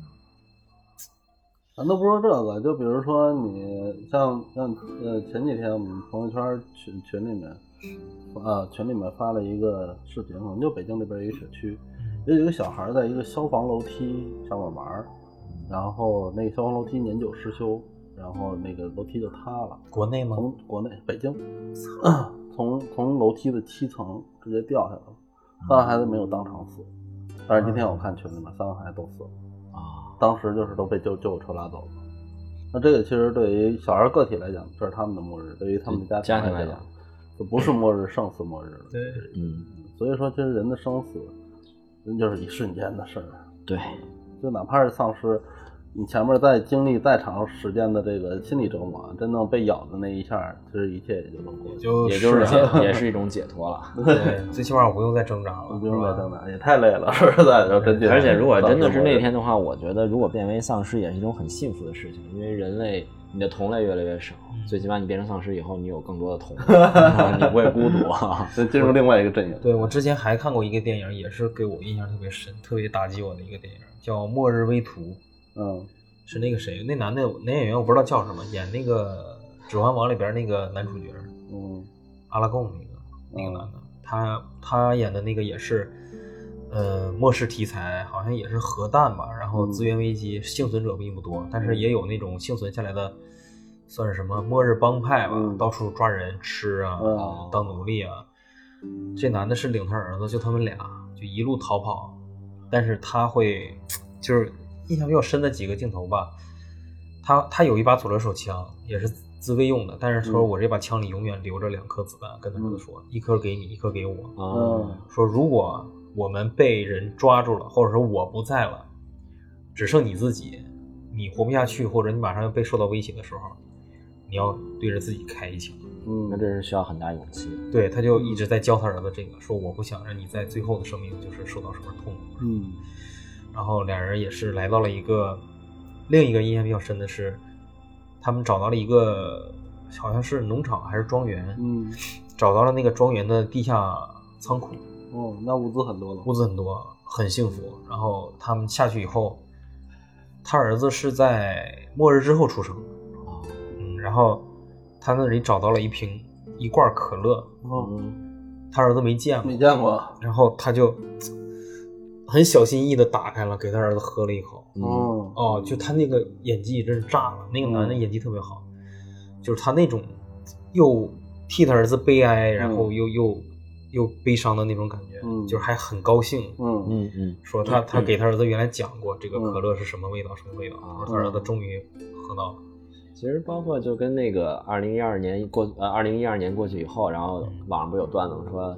咱都不说这个，就比如说你像前几天我们朋友圈群里面发了一个视频，可能就北京这边一个小区，有一个小孩在一个消防楼梯上面玩，然后那个消防楼梯年久失修，然后那个楼梯就塌了。 国内吗？ 从国内北京，从楼梯的7层直接掉下来了，3个孩子没有当场死，但是今天我看群里面3个孩子都死了。当时就是都被救护车拉走了。那这个其实对于小孩个体来讲，这是他们的末日；对于他们的家庭来讲，就不是末日，胜似末日了。 对， 所以说，其实人的生死，人就是一瞬间的事儿。 对， 就哪怕是丧尸，你前面再经历再长时间的这个心理折磨，真正被咬的那一下，其实一切也就能过去， 也是一种解脱了。 对，最起码我不用再挣扎了， 不用再挣扎，也太累了，说实在的，真的。 而且如果真的是那天的话，我觉得如果变为丧尸也是一种很幸福的事情，因为人类你的同类越来越少，最起码你变成丧尸以后，你有更多的同类，你不会孤独啊， 进入另外一个阵营。 对，我之前还看过一个电影，也是给我印象特别深、特别打击我的一个电影，叫《末日危途》。是那个谁，那男演员我不知道叫什么，演那个《指环王》里边那个男主角，阿拉贡那个男的，他演的那个也是，末世题材，好像也是核弹吧，然后资源危机，幸存者并不多，但是也有那种幸存下来的，算是什么末日帮派吧，到处抓人吃啊，当奴隶啊。这男的是领他儿子，就他们俩就一路逃跑，但是他会就是印象比较深的几个镜头吧，他有一把左轮手枪，也是自卫用的，但是说我这把枪里永远留着2颗子弹，跟他儿子说，1颗给你，1颗给我。说如果我们被人抓住了，或者说我不在了，只剩你自己，你活不下去，或者你马上要被受到威胁的时候，你要对着自己开一枪。 那这是需要很大勇气。 对，他就一直在教他儿子这个，说我不想让你在最后的生命就是受到什么痛苦。然后俩人也是来到了另一个印象比较深的是，他们找到了一个好像是农场还是庄园，找到了那个庄园的地下仓库。 那物资很多了， 物资很多，很幸福。然后他们下去以后，他儿子是在末日之后出生的，然后他那里找到了一罐可乐，他儿子没见过，然后他就很小心翼翼的打开了，给他儿子喝了一口。就他那个演技真是炸了，那个男的演技特别好，就是他那种又替他儿子悲哀，然后又悲伤的那种感觉，就是还很高兴。说他给他儿子原来讲过这个可乐是什么味道，什么味道，说他儿子终于喝到了。 其实包括就跟那个2012年过去以后，然后网上不有段子说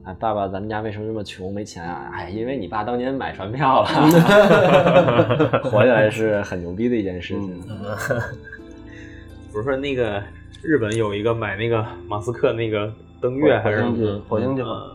哎，爸爸，咱们家为什么这么穷没钱啊？哎，因为你爸当年买船票了，活下来是很牛逼的一件事情。 不是说那个日本有一个买那个马斯克那个登月还是火星计划，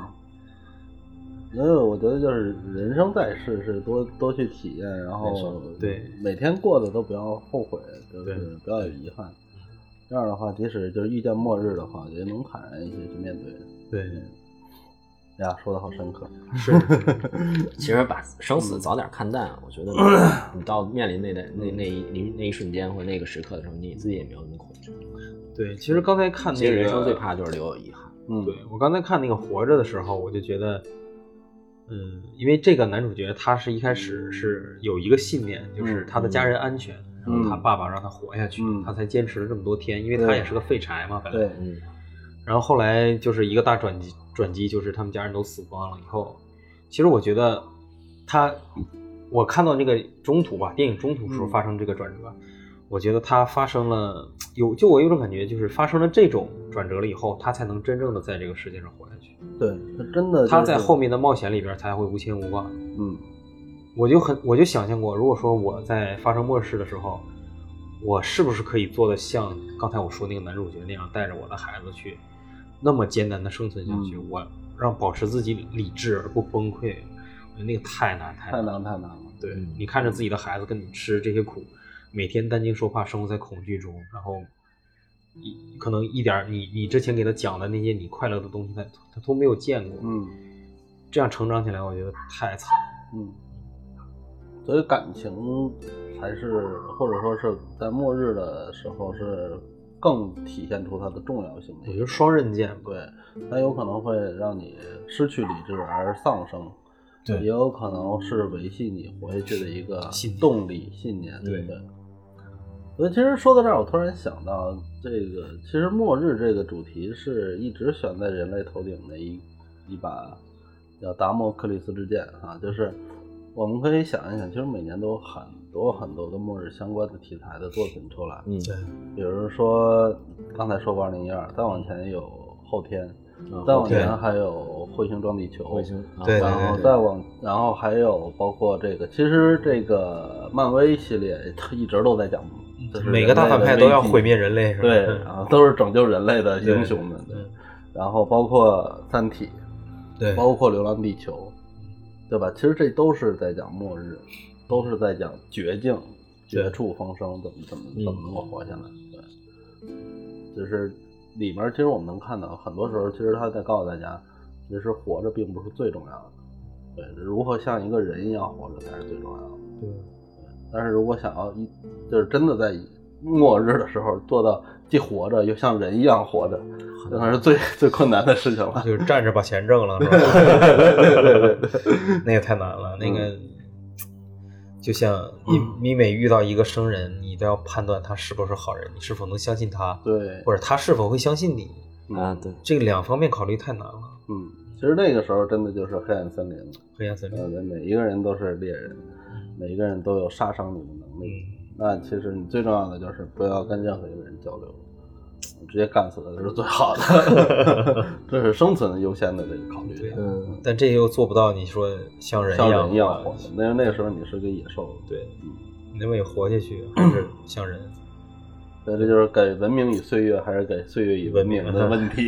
因为我觉得就是人生在世是多去体验，然后对每天过得都不要后悔，就是不要有遗憾。这样的话，即使就是遇见末日的话，也能坦然一些去面对。 对。 呀，说的好深刻。 是， 其实把生死早点看淡，我觉得你到面临那一瞬间或者那个时刻的时候，你自己也没有那么恐惧。 对，其实刚才看其实人生最怕就是留有遗憾。 对，我刚才看那个活着的时候，我就觉得，因为这个男主角他是一开始是有一个信念，就是他的家人安全，然后他爸爸让他活下去，他才坚持了这么多天，因为他也是个废柴嘛，本来。 对， 然后后来就是一个大转机，就是他们家人都死光了以后，其实我觉得我看到那个中途吧，电影中途时候发生这个转折，我觉得他发生了我有种感觉，就是发生了这种转折了以后，他才能真正的在这个世界上活下去。 对，他真的他在后面的冒险里边才会无牵无挂。我就想象过，如果说我在发生末世的时候，我是不是可以做的像刚才我说那个男主角那样，带着我的孩子去那么艰难的生存下去，我让保持自己理智而不崩溃，我觉得那个太难了。对，你看着自己的孩子跟你吃这些苦，每天担惊受怕，生活在恐惧中，然后可能一点你之前给他讲的那些你快乐的东西他都没有见过。这样成长起来我觉得太惨了。 所以感情才是，或者说是在末日的时候是更体现出它的重要性。 我觉得双刃剑， 对，它有可能会让你失去理智而丧生， 对， 也有可能是维系你活下去的一个动力、信念。对。所以其实说到这儿，我突然想到，这个其实末日这个主题是一直悬在人类头顶的一把叫达摩克里斯之剑啊，就是我们可以想一想，其实每年都有很多跟末日相关的题材的作品出来。 对， 比如说刚才说过2012，再往前有后天，再往前还有彗星撞地球， 对， 然后还有包括这个，其实这个漫威系列它一直都在讲，就是每个大反派都要毁灭人类，是吧？ 对，然后都是拯救人类的英雄们。对，然后包括三体， 对， 包括流浪地球，对吧？其实这都是在讲末日，都是在讲绝境、绝处逢生，怎么能够活下来？对，就是里面其实我们能看到，很多时候其实他在告诉大家，其实活着并不是最重要的，对，如何像一个人一样活着才是最重要的。 对， 但是如果想要就是真的在末日的时候做到既活着又像人一样活着，可能是最困难的事情了。 就是站着把钱挣了，是吧？对，那个太难了。那个就像你每遇到一个生人，你都要判断他是不是好人，你是否能相信他， 对， 或者他是否会相信你啊？对， 这个两方面考虑太难了。 其实那个时候真的就是黑暗森林了。 黑暗森林， 每一个人都是猎人，每一个人都有杀伤你的能力。那其实你最重要的就是不要跟任何一个人交流，直接干死了这是最好的。这是生存优先的这个考虑。 对，但这又做不到你说像人一样活的，那个时候你是个野兽。 对，你能不能活下去还是像人？ 所以这就是给文明与岁月还是给岁月与文明的问题。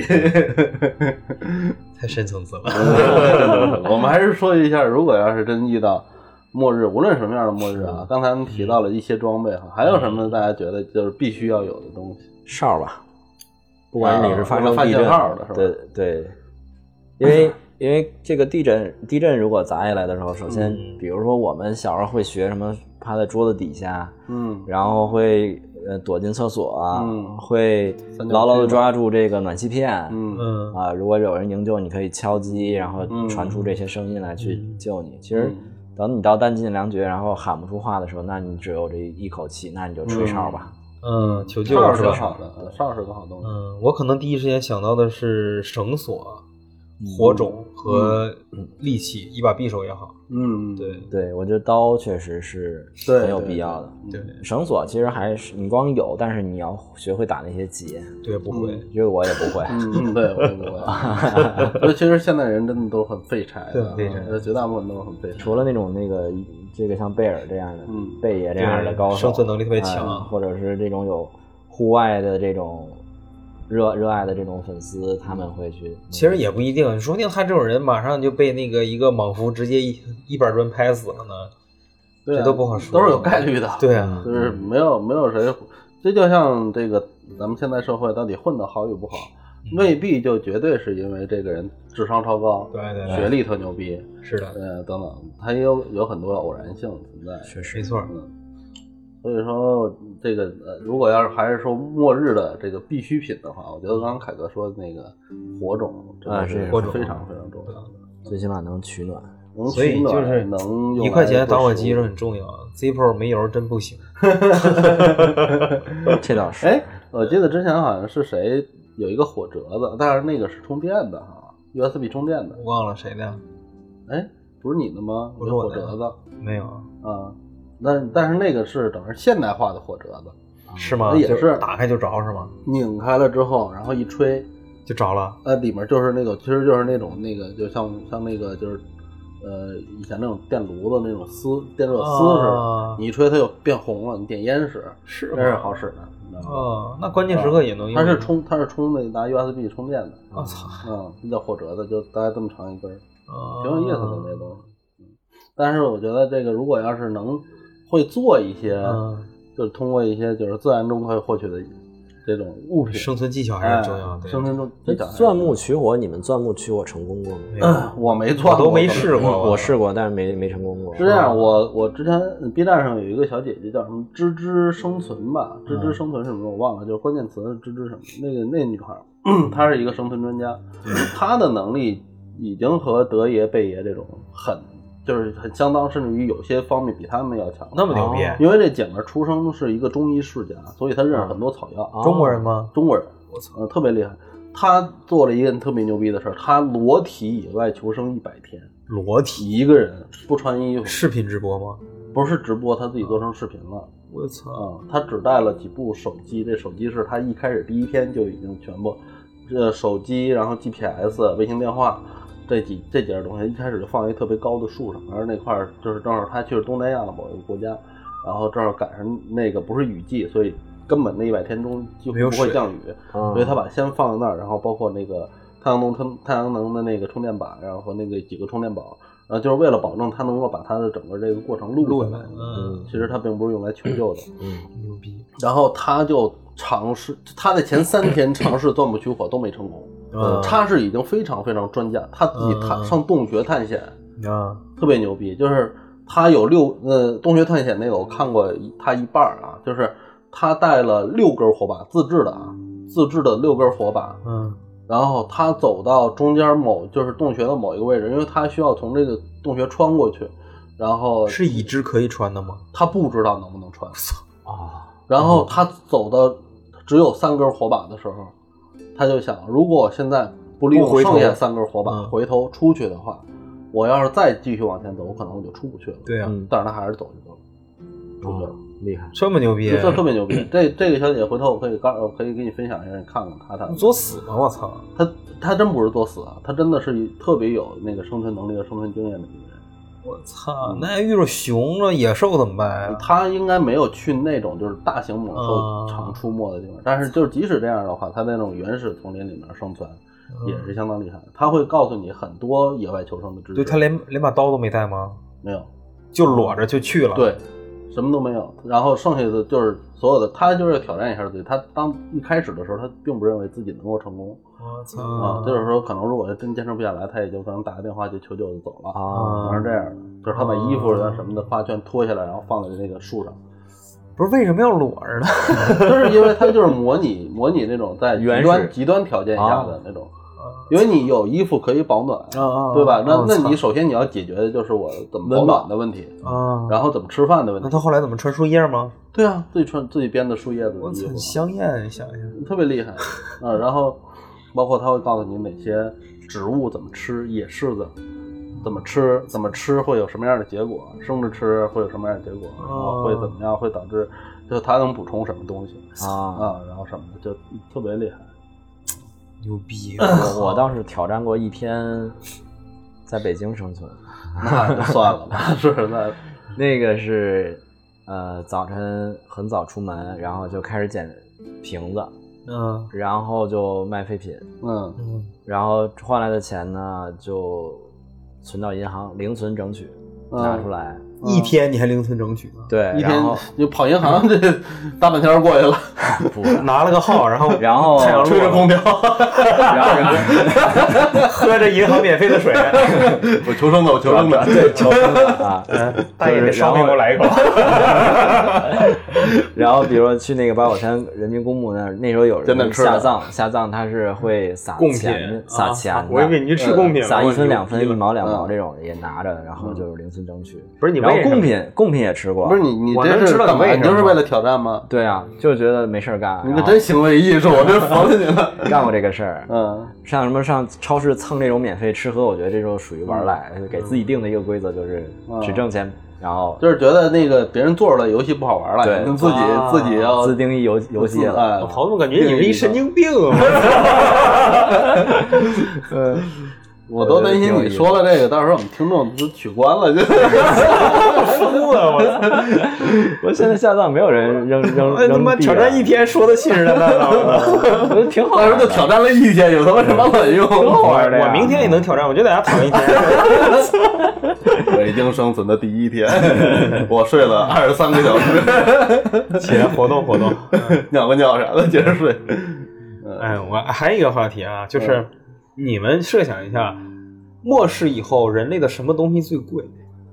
太深层次了。 我们还是说一下，如果要是真遇到末日，无论什么样的末日啊，刚才我们提到了一些装备哈，还有什么大家觉得就是必须要有的东西？ 哨吧，不管你是发生发地震号的是吧？ 对，因为这个地震如果砸下来的时候，首先比如说我们小时候会学什么趴在桌子底下，然后会躲进厕所啊，会牢牢的抓住这个暖气片，如果有人营救，你可以敲击，然后传出这些声音来去救你。其实等你到弹尽粮绝，然后喊不出话的时候，那你只有这一口气，那你就吹哨吧。 求救是个好的，哨是个好东西。 我可能第一时间想到的是绳索， 火种和利器，一把匕首也好。 对，我觉得刀确实是很有必要的。 对， 绳索其实还是你光有，但是你要学会打那些结。 对，不会， 因为我也不会。 对，我也不会。所以其实现在人真的都很废柴的， 废柴， 绝大部分都很废柴。 除了那种这个像贝尔这样的，贝爷这样的高手， 生存能力特别强， 或者是这种有户外的这种热爱的这种粉丝，他们会去。 其实也不一定，说不定他这种人马上就被那个一个莽夫直接一板砖拍死了呢。 对， 这都不好说， 都是有概率的。 对啊， 就是没有谁，这就像这个咱们现在社会到底混得好与不好，未必就绝对是因为这个人智商超高， 对， 学历特牛逼， 是的， 等等，他也有很多偶然性存在， 确实没错。 所以说这个如果要是还是说末日的这个必需品的话，我觉得刚刚凯哥说的那个火种真的是非常非常重要的， 最起码能取暖。 所以就是能 1块钱打火机是很重要 ，Zippo 没油真不行。 这倒是。 我记得之前好像是谁有一个火折子，但是那个是充电的哈 ，USB 充电的。 忘了谁的？ 不是你的吗？ 不是我的火折子。 没有啊。但是那个是等于现代化的火折子， 是吗？ 也是打开就着是吗？ 拧开了之后，然后一吹就着了。 里面就是那个，其实就是那种那个，就像那个就是以前那种电炉子那种电热丝似的，你一吹它就变红了，你点烟使， 是真是好使的。 那关键时刻也能用。 它是充那拿 USB 充电的。 我操！ 这叫火折子，就大概这么长一根，挺有意思的那东西。但是我觉得这个如果要是能会做一些，就是通过一些就是自然中可以获取的这种物品， 生存技巧还是重要的。 生存中技巧。 钻木取火，你们钻木取火成功过吗？我没钻， 我都没试过。 我试过，但是没成功过。 是这样，我之前 B 站上有一个小姐姐叫什么芝芝生存吧，芝芝生存什么我忘了，就是关键词是芝芝什么。那女孩，她是一个生存专家，她的能力已经和德爷、贝爷这种就是很相当，甚至于有些方面比他们要强。 那么牛逼！ 因为这姐们出生是一个中医世家，所以她认识很多草药。 中国人吗？ 中国人。 我操， 特别厉害。她做了一件特别牛逼的事儿，她裸体野外求生100天。 裸体一个人不穿衣服。 视频直播吗？ 不是直播，她自己做成视频了。 我操！ 她只带了几部手机，这手机是她一开始第一天就已经全部，手机，然后 GPS、卫星电话。这几样东西一开始就放在一特别高的树上，而那块就是正好他去了东南亚的某一个国家，然后正好赶上那个不是雨季，所以根本那100天中几乎不会降雨，所以他把先放在那儿，然后包括那个太阳能的那个充电板，然后和那个几个充电宝，然后就是为了保证他能够把他的整个这个过程录下来。其实他并不是用来求救的。 牛逼。 然后他就尝试，他在前3天尝试钻木取火都没成功。他是已经非常非常专家，他自己上洞穴探险特别牛逼，就是他有洞穴探险那个我看过他一半啊，就是他带了6根火把，自制的6根火把，然后他走到中间就是洞穴的某一个位置，因为他需要从这个洞穴穿过去，然后是已知可以穿的吗？ 他不知道能不能穿然后他走到只有3根火把的时候，他就想，如果我现在不利用剩下3根火把回头出去的话，我要是再继续往前走，我可能就出不去了。 对啊， 但是他还是走出去了。 厉害， 这么牛逼， 这特别牛逼。这个小姐姐回头我可以给你分享一下，你看看她作死吗？我操， 她真不是作死啊，她真的是特别有那个生存能力和生存经验的一个人。 我操，那遇着熊了野兽怎么办呀？ 他应该没有去那种就是大型猛兽常出没的地方，但是就是即使这样的话，他在那种原始丛林里面生存也是相当厉害的。他会告诉你很多野外求生的知识。 对，他连把刀都没带吗？ 没有， 就裸着就去了。 对，什么都没有。然后剩下的就是所有的，他就是要挑战一下自己。他当一开始的时候，他并不认为自己能够成功。 我操就是说可能如果真坚持不下来，他也就可能打个电话就求救就走了是这样的。就是他把衣服什么的发圈脱下来，然后放在那个树上。 不是为什么要裸着呢？ 就是因为他就是模拟那种在极端条件下的那种。因为你有衣服可以保暖，对吧？那你首先你要解决的就是我怎么保暖的问题然后怎么吃饭的问题。 那他后来怎么穿树叶吗？ 对啊，自己编的树叶子的衣服。 我操，香艳，想一想， 特别厉害然后包括他会告诉你哪些植物怎么吃，野柿子怎么吃会有什么样的结果，生着吃会有什么样的结果，然后会怎么样，会导致就它能补充什么东西然后什么的就特别厉害， 牛逼！ 我倒是挑战过一天在北京生存， 那就算了吧，是那个是早晨很早出门，然后就开始捡瓶子，然后就卖废品，然后换来的钱呢就存到银行，零存整取拿出来。 一天你还零存整取吗？ 对， 一天就跑银行这大半天过去了， 拿了个号，然后太阳吹着空调， 然后喝着银行免费的水。 我求生的， 对，求生的啊！ 大爷，烧饼给我来一口。 然后比如说去那个八宝山人民公墓那时候有人下葬，他是会撒钱的， 我以为你去吃贡品了， 撒1分2分1毛2毛这种也拿着，然后就是零存整取。 不是你， 然后贡品也吃过。 不是你这是干嘛？你就是为了挑战吗？ 对啊，就觉得没事干。 你可真行为艺术，我真服了你了。 干过这个事儿，上超市蹭这种免费吃喝，我觉得这种属于玩赖，给自己定的一个规则就是只挣钱。然后就是觉得那个别人做出来游戏不好玩了， 对， 自己要自定义游戏了。 我朋友感觉你是一神经病。 我都担心你说了这个，到时候我们听众都取关了，就疯了！ 我现在下葬没有人扔他妈挑战一天说的信誓旦旦的， 我觉得挺好。 当时就挑战了一天，有他妈什么卵用？ 挺好玩的。 我明天也能挑战，我觉得大家躺一天。 北京生存的第一天，我睡了23个小时， 起来活动活动， 尿个尿啥的，接着睡。 我还有一个话题啊，就是你们设想一下，末世以后人类的什么东西最贵？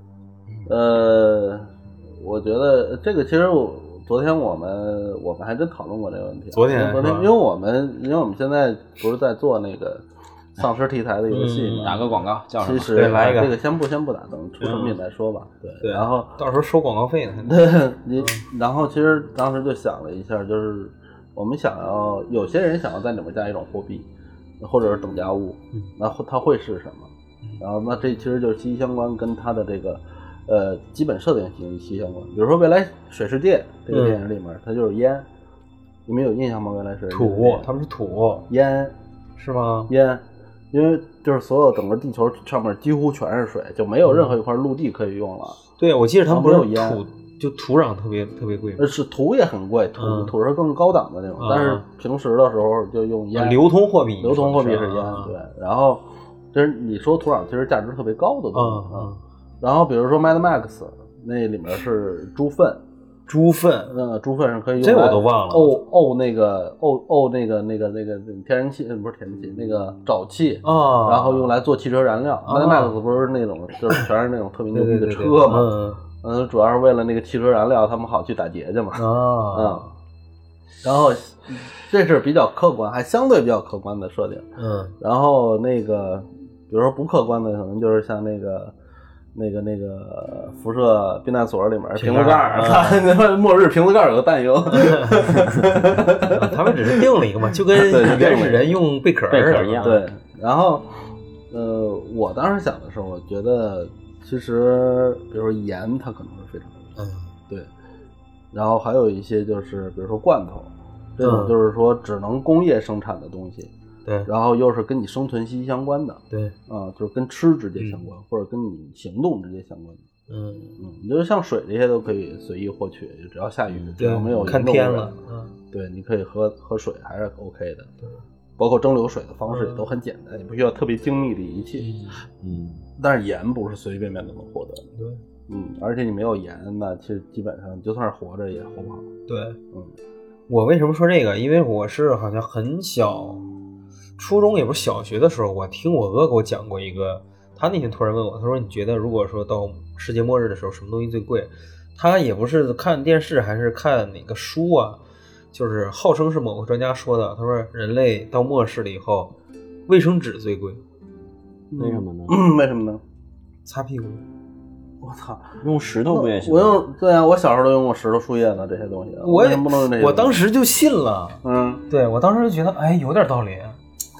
我觉得这个其实昨天我们还真讨论过这个问题。 昨天， 因为我们现在不是在做那个丧尸题材的游戏嘛， 打个广告叫什么？ 其实来一个， 这个先不打，等出成品再说吧。对，然后到时候收广告费呢。 然后其实当时就想了一下，就是我们有些人想要在里面加一种货币，或者是等价物，那它会是什么？然后那这其实就是息息相关，跟它的这个基本设定息息相关。比如说未来水世界这个电影里面，它就是烟，你们有印象吗？未来水世界土，他们是土烟是吗？ 烟，因为就是所有整个地球上面几乎全是水，就没有任何一块陆地可以用了。 对，我记得他们不是有烟。 就土壤特别贵， 是土也很贵，土是更高档的那种，但是平时的时候就用烟， 流通货币是烟，对。然后就是你说土壤其实价值特别高的东西然后比如说 Mad Max 那里面是猪粪，猪粪是可以用来， 这我都忘了。 沤那个天然气，不是天然气，那个沼气然后用来做汽车燃料。Mad Max 不是那种就是全是那种特别牛逼的车嘛。主要是为了那个汽车燃料，他们好去打劫去嘛。然后这是比较客观，还相对比较客观的设定。然后那个，比如说不客观的，可能就是像那个辐射避难所里面瓶子盖，末日瓶子盖有个弹油。 他们只是定了一个嘛，就跟原始人用贝壳一样。 对，然后我当时想的是，我觉得。其实，比如说盐，它可能是非常对。然后还有一些就是，比如说罐头，这种就是说只能工业生产的东西， 对。 然后又是跟你生存息息相关的， 对。 就是跟吃直接相关，或者跟你行动直接相关的。你就是像水这些都可以随意获取，只要下雨，只要没有看天了， 对，你可以喝水还是 OK 的。对。包括蒸馏水的方式也都很简单，你不需要特别精密的仪器。但是盐不是随随便便都能获得的。 对。 而且你没有盐，那其实基本上就算是活着也活不好。 对。我为什么说这个？因为我是好像很小，初中也不是小学的时候，我听我哥给我讲过一个，他那天突然问我，他说你觉得如果说到世界末日的时候，什么东西最贵？他也不是看电视还是看哪个书啊，就是号称是某个专家说的，他说人类到末世了以后，卫生纸最贵。 为什么呢？ 为什么呢？ 擦屁股。 我操， 用石头不也行？ 对啊，我小时候都用过石头、树叶子这些东西。 我当时就信了。 对， 我当时就觉得，有点道理。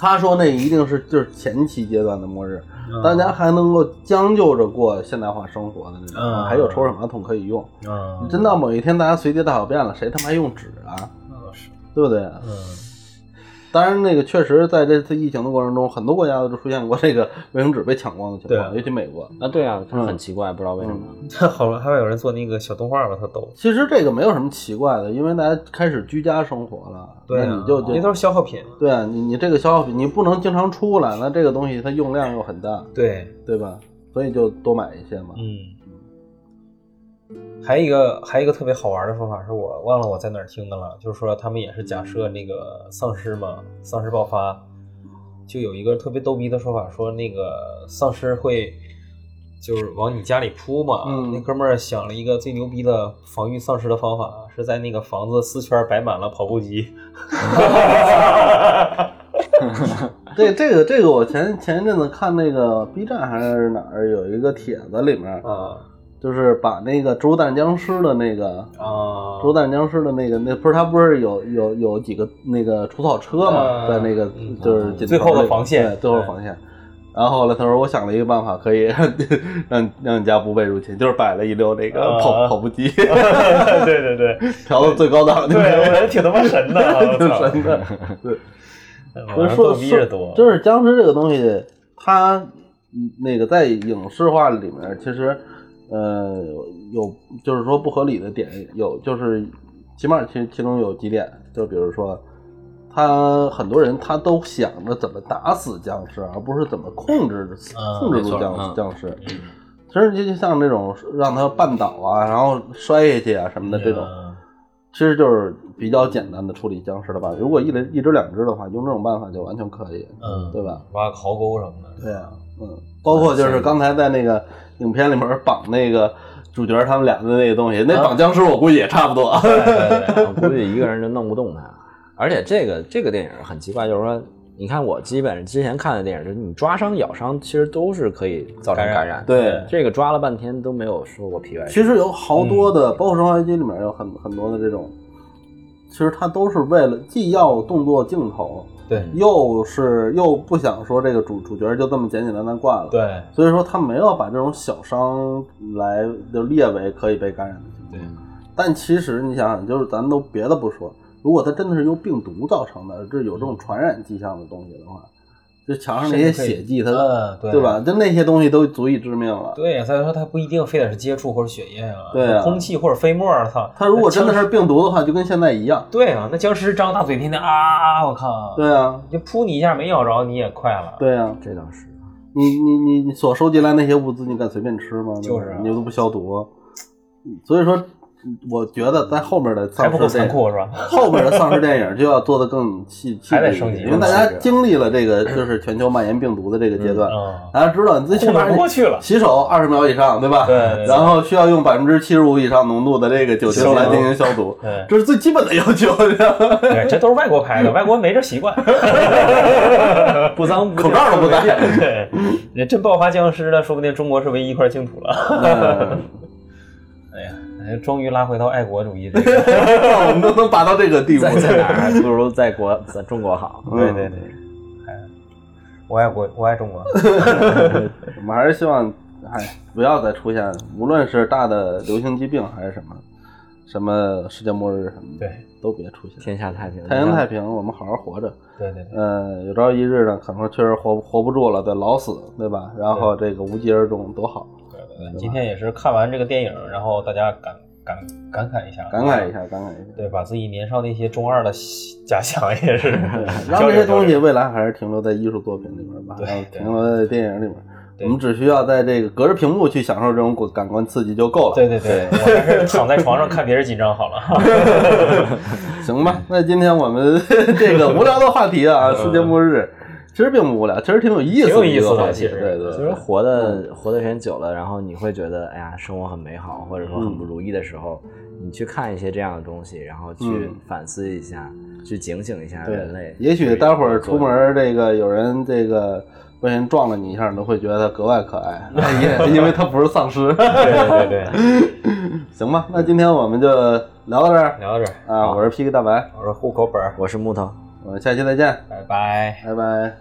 他说那一定是就是前期阶段的末日，大家还能够将就着过现代化生活的那种，还有抽水马桶可以用。真到某一天大家随地大小便了，谁他妈还用纸啊？对不对？当然，那个确实在这次疫情的过程中，很多国家都出现过这个卫生纸被抢光的情况，尤其美国。 对啊，很奇怪，不知道为什么。 好了，还有人做那个小动画吧，他逗。 其实这个没有什么奇怪的，因为大家开始居家生活了， 对、 那你就那都是消耗品。 对啊，你这个消耗品你不能经常出来，那这个东西它用量又很大，对吧？所以就多买一些嘛。 还有一个特别好玩的说法，是我忘了我在哪儿听的了，就是说他们也是假设那个丧尸嘛，丧尸爆发，就有一个特别逗逼的说法，说那个丧尸会就是往你家里扑嘛。那哥们儿想了一个最牛逼的防御丧尸的方法，是在那个房子四圈摆满了跑步机。 这个我前一阵子看那个 B 站还是哪儿有一个帖子里面就是把那个植物大战僵尸的那个植物大战僵尸的那不是他不是有几个那个除草车嘛，在那个就是最后的防线， 对，最后的防线。然后后来他说我想了一个办法，可以让你家不被入侵，就是摆了一溜那个跑步机。 对， 调到最高档。 对，我觉得挺他妈神的， 挺神的。对。 说逼着多， 就是僵尸这个东西，它那个在影视化里面，其实有就是说不合理的点，有就是起码其中有几点，就比如说，很多人他都想着怎么打死僵尸，而不是怎么控制住僵尸。其实就像那种让他绊倒啊，然后摔下去啊什么的这种。其实就是比较简单的处理僵尸的办法，如果一只两只的话，用这种办法就完全可以，对吧？ 挖个壕沟什么的。 对啊，包括就是刚才在那个影片里面绑那个主角他们俩的那个东西，那绑僵尸我估计也差不多， 我估计一个人就弄不动他。而且这个电影很奇怪，就是说，你看我基本上之前看的电影，就是你抓伤、咬伤，其实都是可以造成感染。 对， 这个抓了半天都没有说过皮外伤。 其实有好多的，包括《生化危机》里面有很多的这种，其实它都是为了既要动作镜头， 对， 又不想说这个主角就这么简简单单挂了， 对， 所以说他没有把这种小伤来就列为可以被感染的情况。 对， 但其实你想想，就是咱都别的不说。如果它真的是由病毒造成的，这有这种传染迹象的东西的话，就墙上那些血迹，它对吧？就那些东西都足以致命了。 对呀，再说它不一定非得是接触或者血液啊， 对啊， 空气或者飞沫，操！ 它如果真的是病毒的话，就跟现在一样。 对啊，那僵尸张大嘴天天我靠！ 对啊， 就扑你一下没咬着，你也快了。 对啊， 这倒是。 你所收集来那些物资，你敢随便吃吗？ 就是你都不消毒，所以说。我觉得在后面的丧尸残酷是吧？ 后面的丧尸电影就要做得更细还得升级， 因为大家经历了这个就是全球蔓延病毒的这个阶段，大家知道你最起码不过去了， 洗手20秒以上，对吧？ 对。 然后需要用75%以上浓度的这个酒精来进行消毒，这是最基本的要求。 对，这都是外国拍的，外国没这习惯，不脏不口罩都不戴。 对，你真爆发僵尸了，说不定中国是唯一一块净土了。哎呀。终于拉回到爱国主义这个， 我们都能拔到这个地步， 在哪儿不如在中国好。 对，我爱国，我爱中国。 我们还是希望，不要再出现，无论是大的流行疾病还是什么世界末日什么的， 对， 都别出现。 天下太平， 太阳太平，我们好好活着。 对。 有朝一日呢，可能确实活不住了，得老死，对吧？然后这个无疾而终，多好。 今天也是看完这个电影，然后大家感慨一下，对，把自己年少那些中二的假想也是， 让这些东西未来还是停留在艺术作品里面吧， 对， 停留在电影里面。我们只需要在这个隔着屏幕去享受这种感官刺激就够了。 对，我还是躺在床上看别人紧张好了。 行吧，那今天我们这个无聊的话题啊，世界末日。其实并不无聊，其实挺有意思的， 挺有意思的。其实， 对， 其实活的时间久了，然后你会觉得，哎呀，生活很美好，或者说很不如意的时候，你去看一些这样的东西，然后去反思一下，去警醒一下人类。 也许待会儿出门，这个有人这个不小心撞了你一下，你都会觉得格外可爱，因为他不是丧尸。 对。 行吧，那今天我们就聊到这儿啊！ 我是 PK 大白， 我是户口本， 我是木头。 我们下期再见， 拜拜。 拜拜。